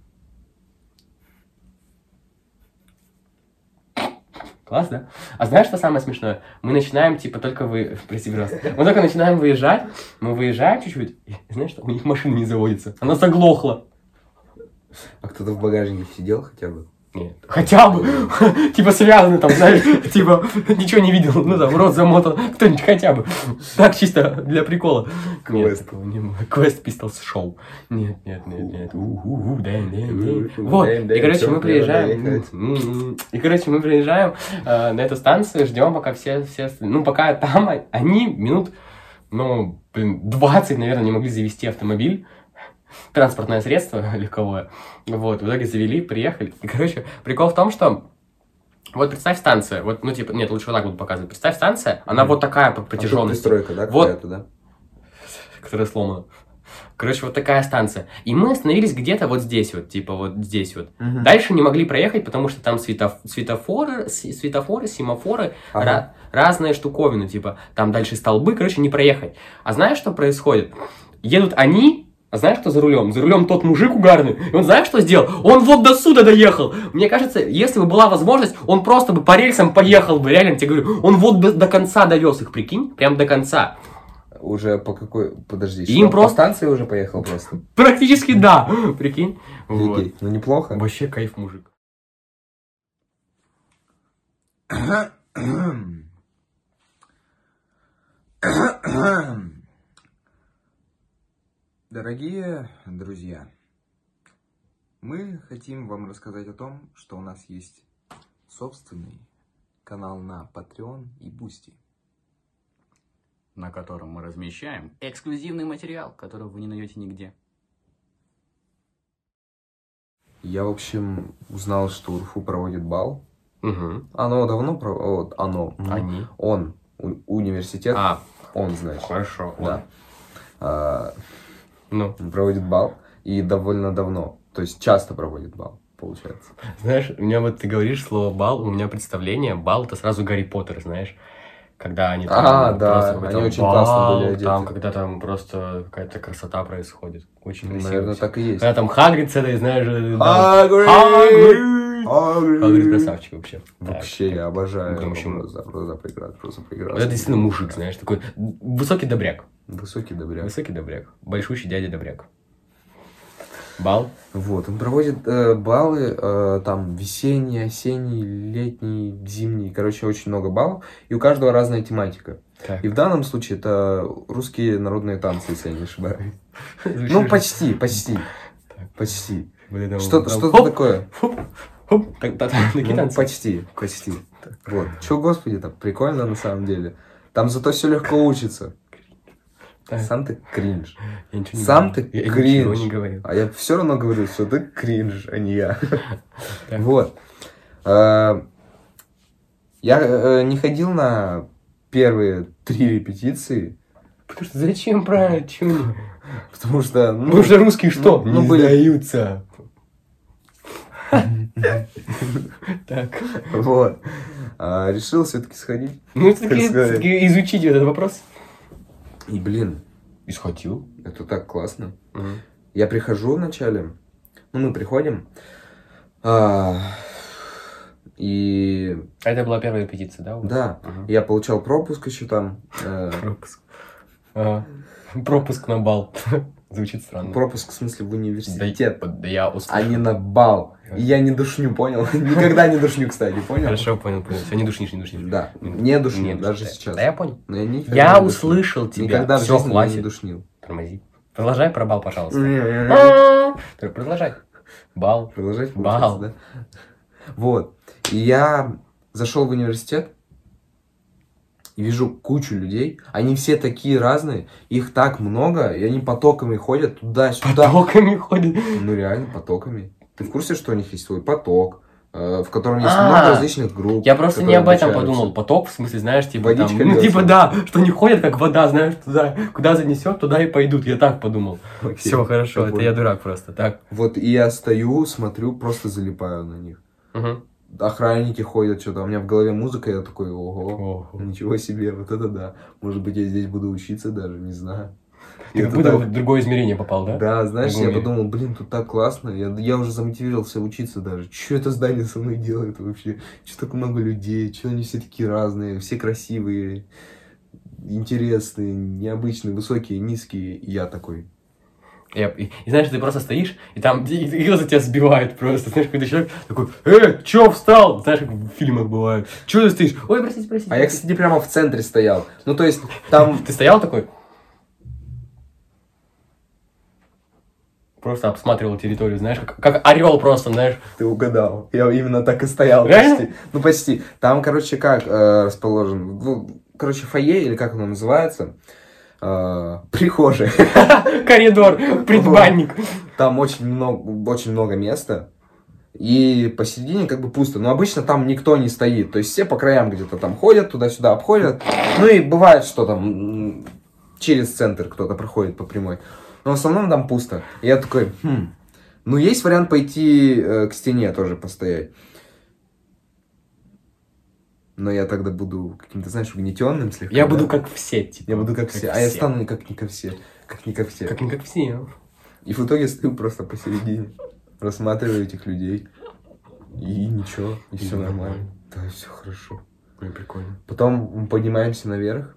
Класс, да? А знаешь, что самое смешное? Мы начинаем, типа, Прости, пожалуйста. Мы только начинаем выезжать, мы выезжаем чуть-чуть, и знаешь, что? У них машина не заводится. Она заглохла. А кто-то в багажнике сидел хотя бы? Нет. Хотя бы, типа, связаны там, знаешь, типа, ничего не видел, ну там, рот замотан, кто-нибудь хотя бы. Так, чисто для прикола. Нет, такого не было. Квест Pistols Show. Нет. Вот, и, короче, мы приезжаем на эту станцию, ждем, пока все, ну, пока там они минут, 20, наверное, не могли завести автомобиль. Транспортное средство легковое. Вот, в итоге завели, приехали. И, короче, прикол в том, что вот представь станция, вот, ну, типа, нет, лучше вот так буду показывать. Представь станция, она вот такая по протяженности. Пристройка, да, вот, какая-то, да? Которая сломана. Короче, вот такая станция. И мы остановились где-то вот здесь вот, типа вот здесь вот. Дальше не могли проехать, потому что там светофоры, семафоры, разные штуковины, типа, там дальше столбы, короче, не проехать. А знаешь, что происходит? Едут они... А знаешь, кто за рулем? За рулем тот мужик угарный. И он знаешь, что сделал? Он вот до сюда доехал. Мне кажется, если бы была возможность, он просто бы по рельсам поехал бы. Реально, тебе говорю, он вот до конца довез их, прикинь? Прям до конца. Уже по какой... Подожди, им по станции уже поехал просто? Практически да, прикинь. Вот. Ну, неплохо. Вообще кайф, мужик. Дорогие друзья, мы хотим вам рассказать о том, что у нас есть собственный канал на Patreon и Boosty, на котором мы размещаем эксклюзивный материал, которого вы не найдете нигде. Я, в общем, узнал, что УРФУ проводит бал. Угу. Оно давно Они. Он. Университет. Он, значит. Хорошо. Да. Ну. Проводит бал. И довольно давно. То есть часто проводит бал, получается. Знаешь, у меня вот ты говоришь слово бал, у меня представление, бал это сразу Гарри Поттер, знаешь. Когда они там да, просто они очень бал, классно были одеты. там, когда там просто какая-то красота происходит. Очень красиво. Наверное, так и есть. Когда там Хагрид с этой, знаешь... Хагрид красавчик вообще. Вообще, я обожаю. В общем, просто прекрасно. это действительно мужик, знаешь, такой высокий добряк. Высокий добряк. Высокий добряк. Большущий дядя добряк. Бал. Вот, он проводит баллы, там, весенний, осенний, летний, зимний, короче, очень много баллов, и у каждого разная тематика. Так. И в данном случае это русские народные танцы, если я не ошибаюсь. Ну, почти. Что-то такое. Ну, почти. Вот. Чё, господи, там прикольно на самом деле. Там зато все легко учится. Сам ты кринж. Сам ты кринж. Не говорил. А я все равно говорю, что ты кринж, а не я. Вот. Я не ходил на первые 3 репетиции. Потому что зачем правильно? Чего? Потому что... Потому что русские что? Не сдаются. Так. Вот. Решил все-таки сходить. Ну, все-таки изучить этот вопрос. И, блин. И схватил. Это так классно. Я прихожу вначале. Ну, мы приходим. И... Это была первая репетиция, да? Да. Я получал пропуск еще там. Пропуск. Пропуск на бал. Звучит странно. Пропуск, в смысле, в университет. Да я услышал. А не на бал. И я не душню, понял? Никогда не душню, кстати, понял? Хорошо, понял. Все, не душнишь. Да, не душню, даже сейчас. Да, я понял. Но я услышал тебя. Никогда в Все, жизни хватит. не душнил. Тормози. Продолжай про бал, пожалуйста. Продолжай. Бал. Продолжать? Бал. Да? Вот. И я зашел в университет и вижу кучу людей. Они все такие разные. Их так много. И они потоками ходят туда-сюда. Потоками ходят? Ну, реально, потоками. Ты в курсе, что у них есть свой поток? В котором есть много различных групп. Я просто не об этом подумал. Поток, в смысле, знаешь, типа водичка там... Ну, типа, да, что они ходят, как вода, знаешь, туда, куда занесет, туда и пойдут. Я так подумал. Все, хорошо, это я дурак просто, так. Вот, и я стою, смотрю, просто залипаю на них. Охранники ходят, что-то, у меня в голове музыка, я такой, ого, ничего себе, вот это да. Может быть, я здесь буду учиться даже, не знаю. Ты как будто в другое измерение попал, да? Да, знаешь, я подумал, блин, тут так классно, я уже замотивировался учиться даже. Что это здание со мной делает вообще? Что так много людей, что они все такие разные, все красивые, интересные, необычные, высокие, низкие, и я такой... И знаешь, ты просто стоишь, и там глаза тебя сбивают просто. Знаешь, когда человек такой, чё встал? Знаешь, как в фильмах бывает. Чё ты стоишь? Ой, простите. А я, кстати, прямо в центре стоял. Ну, то есть, там... Ты стоял такой? Просто обсматривал территорию, знаешь, как орел просто, знаешь. Ты угадал. Я именно так и стоял. Реально? Почти. Ну, почти. Там, короче, как расположен? Ну, короче, фойе, или как оно называется? Прихожая. Коридор, предбанник. Там очень много места. И посередине как бы пусто. Но обычно там никто не стоит. То есть все по краям где-то там ходят, туда-сюда обходят. Ну и бывает, что там через центр кто-то проходит по прямой. Но в основном там пусто. И я такой, ну есть вариант пойти к стене тоже постоять. Но я тогда буду каким-то, знаешь, угнетенным слегка. Я буду как все, типа. Я буду как все. А я стану как не как все. Как не как все. Как не как все. И в итоге стою просто посередине. Рассматриваю этих людей. И ничего. И все нормально. Да, все хорошо. Блин, прикольно. Потом мы поднимаемся наверх.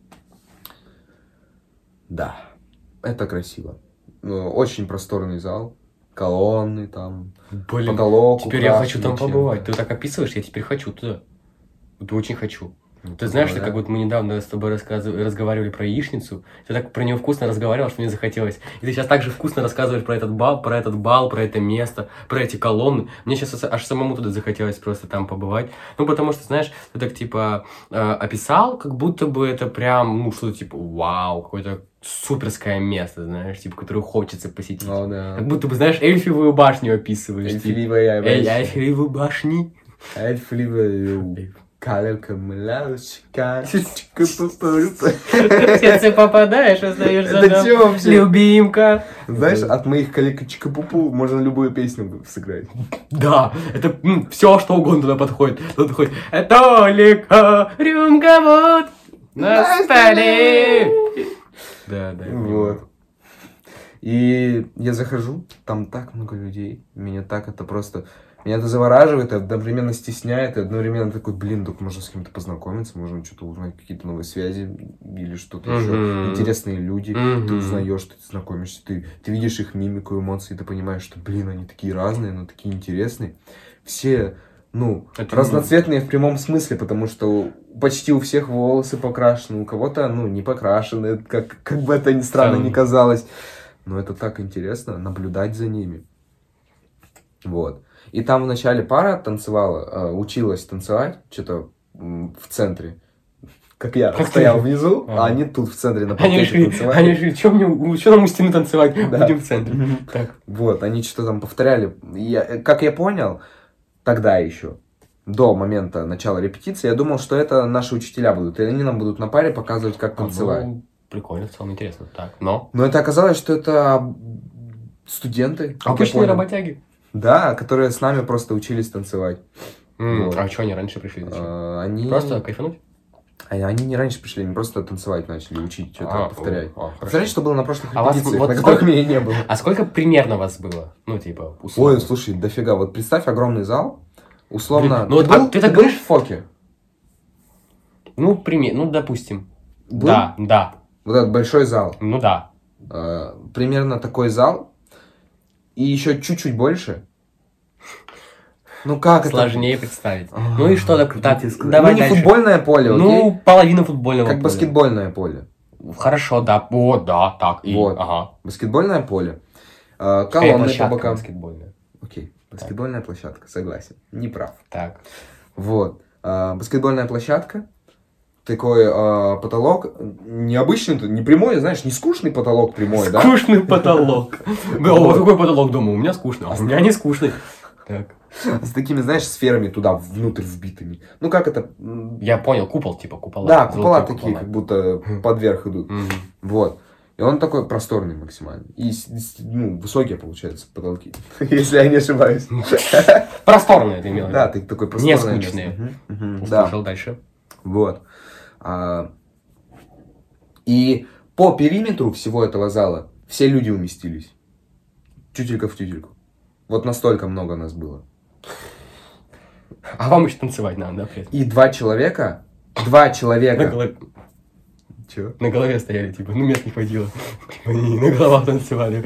Да. Это красиво. Очень просторный зал. Колонны там. Блин, потолок. теперь я хочу там побывать. Ты так описываешь, я теперь хочу туда. Вот очень хочу. Ты знаешь, Да. что как будто мы недавно с тобой разговаривали про яичницу, ты так про нее вкусно разговаривал, что мне захотелось. И ты сейчас так же вкусно рассказываешь про этот бал, про это место, про эти колонны. Мне сейчас аж самому туда захотелось просто там побывать. Ну, потому что, знаешь, ты так, типа, описал, как будто бы это прям, ну, что-то типа, вау, какое-то суперское место, знаешь, типа, которое хочется посетить. О, да. Как будто бы, знаешь, Эльфивую башню описываешь. Эльфивая башня. Эльфивую башни. Эльфивая калерка млявочка. Ты попадаешь, остаешься Это чё вообще? любимка. Знаешь, от моих коллег Чикапупу можно любую песню сыграть. Да, это все, что угодно туда подходит. Туда подходит. только рюмка вот на столе. Да, да. Вот. И я захожу, там так много людей. Меня так это просто... Меня это завораживает, и одновременно стесняет, и одновременно такой, блин, тут можно с кем-то познакомиться, можно что-то узнать, какие-то новые связи или что-то еще. Интересные люди, ты узнаешь, ты знакомишься, ты видишь их мимику, эмоции, ты понимаешь, что, блин, они такие разные, но такие интересные. Все, ну, Это разноцветные в прямом смысле, потому что почти у всех волосы покрашены, у кого-то, ну, не покрашены, как бы это ни странно ни казалось. Но это так интересно, наблюдать за ними. Вот. И там вначале пара танцевала, училась танцевать, что-то в центре. Как я стоял внизу, а они тут в центре на паркете танцевали. Они решили, что нам у стены танцевать? Да. Будем в центре. Так. Вот, они что-то там повторяли. Как я понял, тогда еще, до момента начала репетиции, я думал, что это наши учителя будут. И они нам будут на паре показывать, как танцевать. Ну, прикольно, в целом интересно. Так, но? Но это оказалось, что это студенты. как я Обычные понял. работяги. Да, которые с нами просто учились танцевать. Вот. А что они раньше пришли? Зачем? Они... Просто кайфануть? Они не раньше пришли, они просто танцевать начали, учить, что-то повторять. Хорошо. Повторять, что было на прошлых А вас репетициях, вот на которых сколько- меня не было. А сколько примерно вас было? Ну, типа, условно. Ой, слушай, дофига. Вот представь огромный зал, условно... Блин, ну вот, а ты так был говоришь? в Фоке? Ну, допустим. Был? Да. Вот этот большой зал. Ну да. Примерно такой зал. И еще чуть-чуть больше. Ну как это? Сложнее представить. Ну и что так? Как Так, тебе сказать? давай Ну не дальше. футбольное поле, окей? Ну, половина футбольного Как поля. баскетбольное поле. Хорошо, да. О, да, так. И, Вот. Ага. Баскетбольное поле. Скорее, Колонны по площадка бокам. баскетбольная. Окей. Баскетбольная площадка, согласен. Не прав. Так. Вот. Баскетбольная площадка. Такой потолок. Необычный, не прямой, знаешь, не скучный потолок прямой, да? Скучный потолок. О, какой потолок дома? У меня скучный. А у меня не скучный. Так. С такими, знаешь, сферами туда внутрь вбитыми. Ну как это? Я понял, купол, типа купола. Да, купола Золотые такие, купола. как будто подверх идут. Мгм. Вот. И он такой просторный максимально. И ну, высокие, получается, потолки. Если я не ошибаюсь. Просторные ты имел в виду. Да, ты такой Не просторное скучные. место. Мгм, да. Слушал дальше. Вот. И по периметру всего этого зала все люди уместились. Тютелька в тютельку. Вот настолько много нас было. А вам еще танцевать надо, да, при этом? И два человека. Чё? На голове стояли, типа, ну мест не хватило. Типа, они на головах танцевали.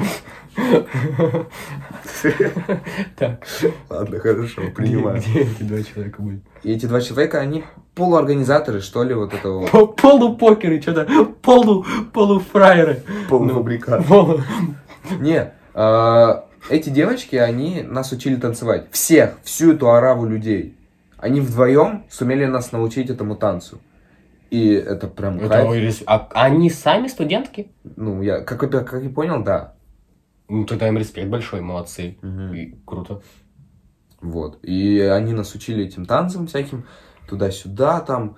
Так. Ладно, хорошо, принимаю. Где эти два человека были? И эти два человека, они полуорганизаторы, что ли, вот этого Полупокеры, что-то полуфраеры. полуфабриката. Полу- Не, эти девочки, они нас учили танцевать. Всю эту ораву людей. Они вдвоем сумели нас научить этому танцу. И это прям Это кайф. мой А они сами студентки? Ну, я, как я понял, да. Ну, тогда им респект большой, молодцы. Мгм. И круто. Вот. И они нас учили этим танцам всяким, туда-сюда, там,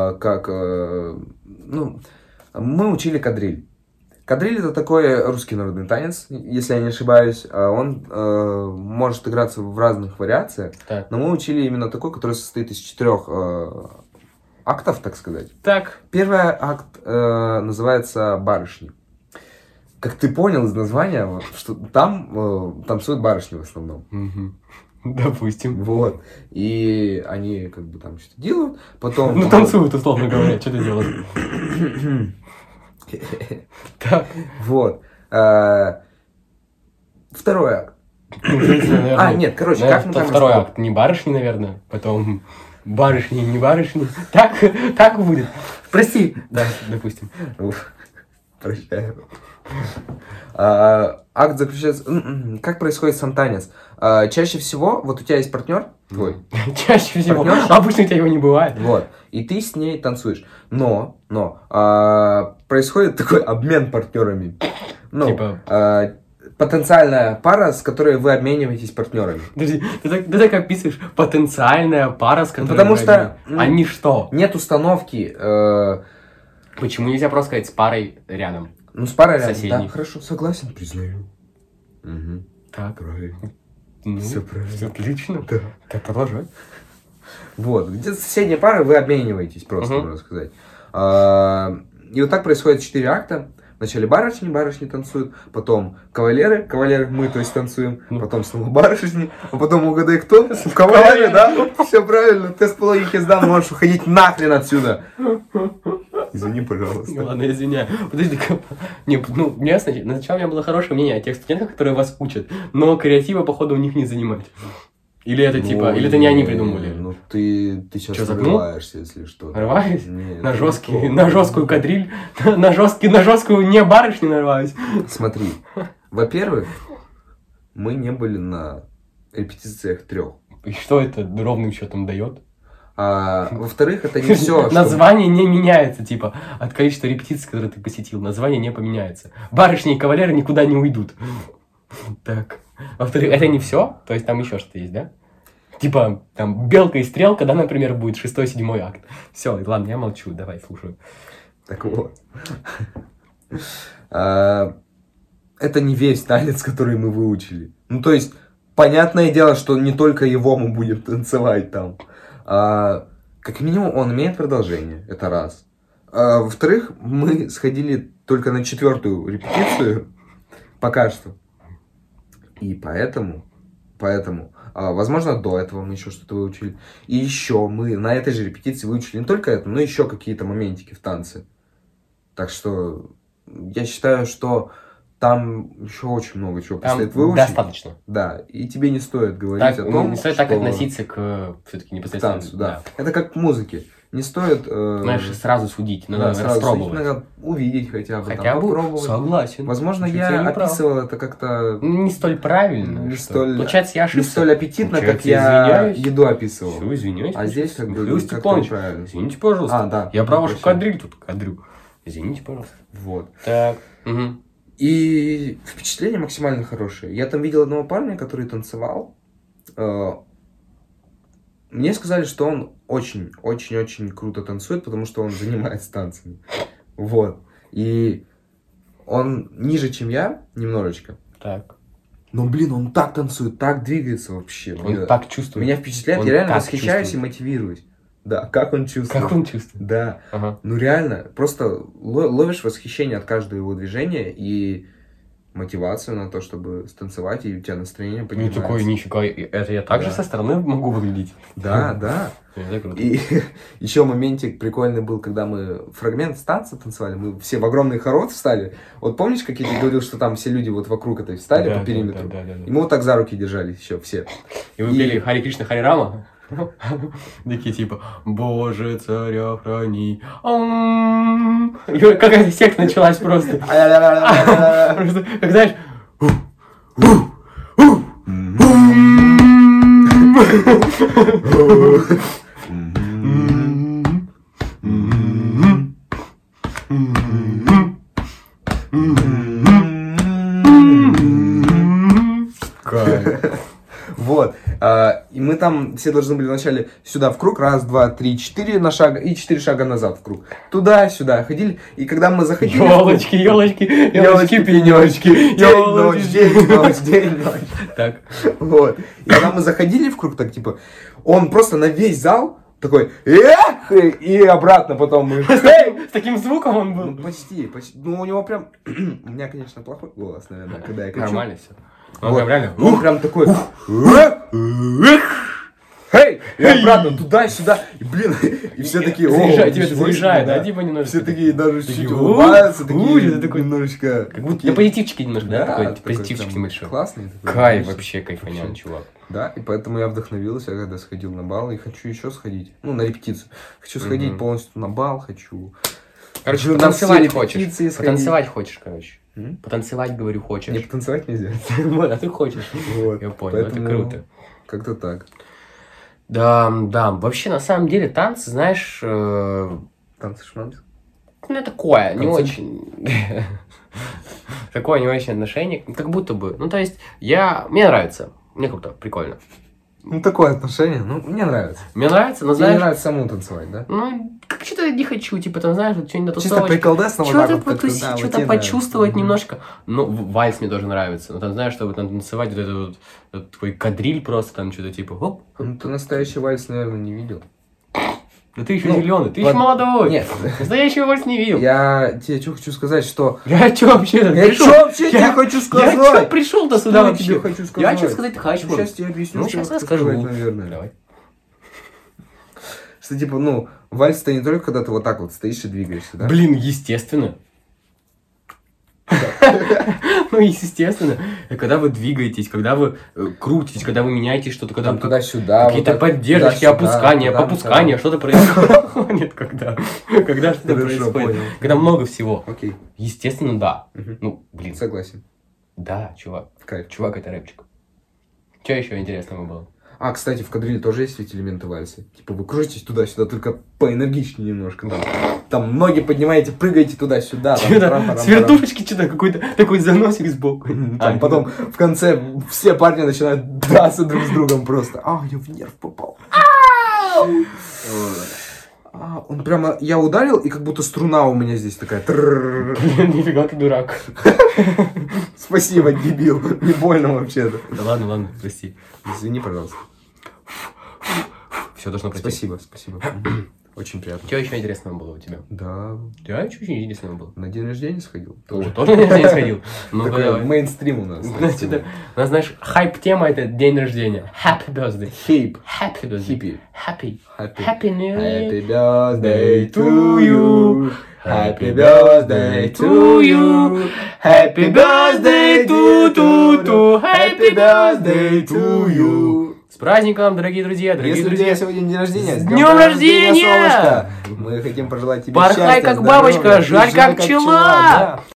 ну, мы учили кадриль. Кадриль — это такой русский народный танец, если я не ошибаюсь. Он может играться в разных вариациях, Так. но мы учили именно такой, который состоит из 4 актов, так сказать. Так. Первый акт называется «Барышни». Как ты понял из названия, вот, что там танцуют барышни в основном. Мгм. Допустим. Вот. И они как бы там что-то делают, потом... Ну, танцуют, условно говоря, что ты делаешь. Так. Вот. Второй акт. Наверное, Нет, короче, наверное, как мы там... Второй акт. Не барышни, наверное. Потом барышни, не барышни. Так будет. Прости. Да, допустим. Прощаю. Акт заключается... Как происходит сам танец? Чаще всего, вот у тебя есть партнер твой. Чаще всего. Партнерша? Обычно у тебя его не бывает. Вот. И ты с ней танцуешь. Но происходит такой обмен партнерами. Ну, Типа- потенциальная пара, с которой вы обмениваетесь партнерами. Подожди, ты так описываешь потенциальная пара, с которой... потому что, Они что? Нет установки... Почему нельзя просто сказать с парой рядом? Ну, с парой рядом. Соседних. Да, хорошо, согласен, признаю. Угу. Так. Правильно. Ну, Всё правильно. всё отлично. Да. Так, продолжай. Вот, где соседние пары вы обмениваетесь просто, Мгм. можно сказать. И вот так происходит 4 акта. Вначале барышни танцуют, потом кавалеры, мы, то есть, танцуем, потом снова барышни, а потом угадай кто? Кавалеры, да? Все правильно, тест по логике сдам, можешь уходить нахрен отсюда. Извини, пожалуйста. Ладно, извиняю. Подожди-ка. Не, ну, мне сначала у меня было хорошее мнение о тех студентах, которые вас учат, но креатива, походу, у них не занимать. Или это типа, или это не они придумали? Ну, ты сейчас Чё, загнул? нарываешься, если что. Нарываюсь? Нет, На это жесткий, не то. на жесткую кадриль, на жесткую не барышню нарываюсь. Смотри, во-первых, мы не были на репетициях 3. И что это ровным счетом дает? Во-вторых, это не все. Название не меняется, типа, от количества репетиций, которые ты посетил. Название не поменяется. Барышни и кавалеры никуда не уйдут. Так. Во-вторых, это не все? То есть там еще что-то есть, да? Типа, там, белка и стрелка, да, например, будет 6-7 акт. Все, ладно, я молчу, давай, слушаю. Так вот. Это не весь танец, который мы выучили. Ну, то есть, понятное дело, что не только его мы будем танцевать там. Как минимум, он имеет продолжение, это раз. Во-вторых, мы сходили только на 4-ю репетицию, пока что. И поэтому, возможно, до этого мы еще что-то выучили. И еще мы на этой же репетиции выучили не только это, но еще какие-то моментики в танце. Так что я считаю, что там еще очень много чего предстоит выучить. Достаточно. Да, и тебе не стоит говорить Так, о том, не стоит что... так относиться к все-таки к непосредственно. танцу, да. Это как к музыке. Не стоит... Знаешь, сразу судить, надо сразу распробовать. надо увидеть хотя бы, Хотя там, бы, попробовать. согласен. Возможно, Чуть-чуть я не прав. описывал это как-то Не столь правильно. не что- столь, Получается, я не ошибся. столь аппетитно, как Получается, я извиняюсь. еду описывал. Все, извиняюсь. А здесь как бы Михаил как-то Степанович, неправильно. извините, пожалуйста. Да. Я право, что Прощаю. кадриль тут кадрю. Извините, пожалуйста. Вот. Так. Угу. И впечатление максимально хорошее. Я там видел одного парня, который танцевал. Мне сказали, что он очень-очень-очень круто танцует, потому что он занимается танцами. Вот. И он ниже, чем я, немножечко. Так. Но, блин, он так танцует, так двигается вообще. Он так чувствует. Меня впечатляет, Он я реально так восхищаюсь чувствует. и мотивируюсь. Да, как он чувствует. Как он чувствует? Да. Ага. Ну реально, просто ловишь восхищение от каждого его движения и мотивацию на то, чтобы станцевать, и у тебя настроение Ну поднимается. такой, нифига, это я также Да. со стороны могу выглядеть. Да. Это круто. И еще моментик прикольный был, когда мы фрагмент с танца танцевали, мы все в огромный хород встали. Вот помнишь, как я тебе говорил, что там все люди вот вокруг этой встали Да, по периметру? да. И мы вот так за руки держались еще все. И вы пели Хари Кришна, Хари Рама? Такие типа, Боже, царя храни. И какая-то секта началась просто. Просто, как знаешь, Вот. И мы там все должны были вначале сюда в круг, 1, 2, 3, 4 на шаг, и 4 шага назад в круг. Туда-сюда ходили, и когда мы заходили... елочки, пенечки, День, ночь. Так. Вот. И когда мы заходили в круг, так типа, он просто на весь зал такой, эх, и обратно потом. С таким звуком он Ну, был. почти. Ну, у него прям, у меня, конечно, плохой голос, наверное, когда я кричу. Нормально все. Вот. Прям реально. Он прям такой, эй, и обратно, туда-сюда, и, блин, и все такие, Заряжает, тебя это ничего себе, заряжает, да. да, типа немножко. Все такие даже чуть-чуть Такие, улыбаются, это такие такой, немножечко... как будто на позитивчике немножко, да, такой такой позитивчик прям небольшой. Классный. такой, Кайф знаешь, вообще, кайфанян, чувак. Да, и поэтому я вдохновился, когда сходил на бал, и хочу еще сходить. Ну, на репетицию. Хочу сходить полностью на бал, хочу... Короче, хочу на потанцевать все хочешь. репетиции сходить. Потанцевать хочешь, короче. М? Потанцевать, говорю, хочешь. Не, потанцевать нельзя. Вот, а ты хочешь. Вот. Я понял, Поэтому это круто. Как-то так. Да, да, вообще, на самом деле, танцы, знаешь, Танцы-шманцы. ну, такое, не Концерт. очень... Такое не очень отношение, как будто бы. Ну, то есть, мне нравится. Мне круто, прикольно. Ну, такое отношение. Ну, мне нравится. Мне нравится, но Мне знаешь... нравится самому танцевать, да? Ну, как что-то не хочу, типа, там, знаешь, вот что-нибудь на Чисто тусовочке. приколдесно вот так вот как-то, да, вот Что-то тебе почувствовать нравится. немножко. Ну, вальс мне тоже нравится. Ну, там, знаешь, чтобы там танцевать, вот это вот такой кадриль просто, там, что-то типа, оп. Ну, ты настоящий вальс, наверное, не видел. Да ты еще Ну, зеленый, ты под- еще молодой. Нет. Настоящего вальс не видел. Я тебе что хочу сказать, что... Я что вообще Я пришел? что вообще тебе хочу Я сказать? что пришел-то сюда Что я вообще? тебе хочу Я сказать? что сказать хочу. Сейчас тебе объясню, Ну, что сейчас я я хочу скажу. сказать, наверное. Давай. Что, типа, ну, вальс-то не только когда ты вот так вот стоишь и двигаешься, да? Блин, естественно. Ну, естественно. Когда вы двигаетесь, когда вы крутитесь, когда вы меняете что-то, когда Там туда-сюда. какие-то вот так, поддержки, туда-сюда, опускания, туда, попускания, что-то происходит, когда что-то Хорошо, происходит. понял. Когда много всего. Окей, Естественно, да. Мгм. Ну, блин, согласен. да, чувак. Кайф. Чувак, это рэпчик. Что еще интересного было? А, кстати, в кадриле тоже есть ведь элементы вальса. Типа вы крутитесь туда-сюда, только поэнергичнее немножко. Там ноги поднимаете, прыгаете туда-сюда. там, Что-то парам-парам-парам. с вертушечки что-то какой-то такой заносик сбоку. Там потом в конце все парни начинают драться друг с другом просто. А, я в нерв попал. Он прямо, я ударил, и как будто струна у меня здесь такая. Трррррр. Нифига ты дурак. Спасибо, дебил. Не больно вообще-то. Да ладно, прости. Извини, пожалуйста. Все должно пройти. Спасибо. Очень приятно. Что еще интересного было у тебя? Да, Да, что очень интересного было? на день рождения сходил. Тоже на день рождения сходил? Ну, Такой давай. мейнстрим у нас. Значит, у нас, знаешь, хайп-тема это день рождения. Happy birthday. Хейп. Happy birthday. Хиппи. Happy. Happy. Happy New Year. Happy birthday to you. Happy birthday to you. Happy birthday to Happy birthday to you. С праздником, дорогие друзья, дорогие Если у друзья. тебя сегодня день рождения, С днем рождения! солнышко! Мы хотим пожелать тебе Порхай, счастья, как здоровья, бабочка, и жаль, жить как пчела! да.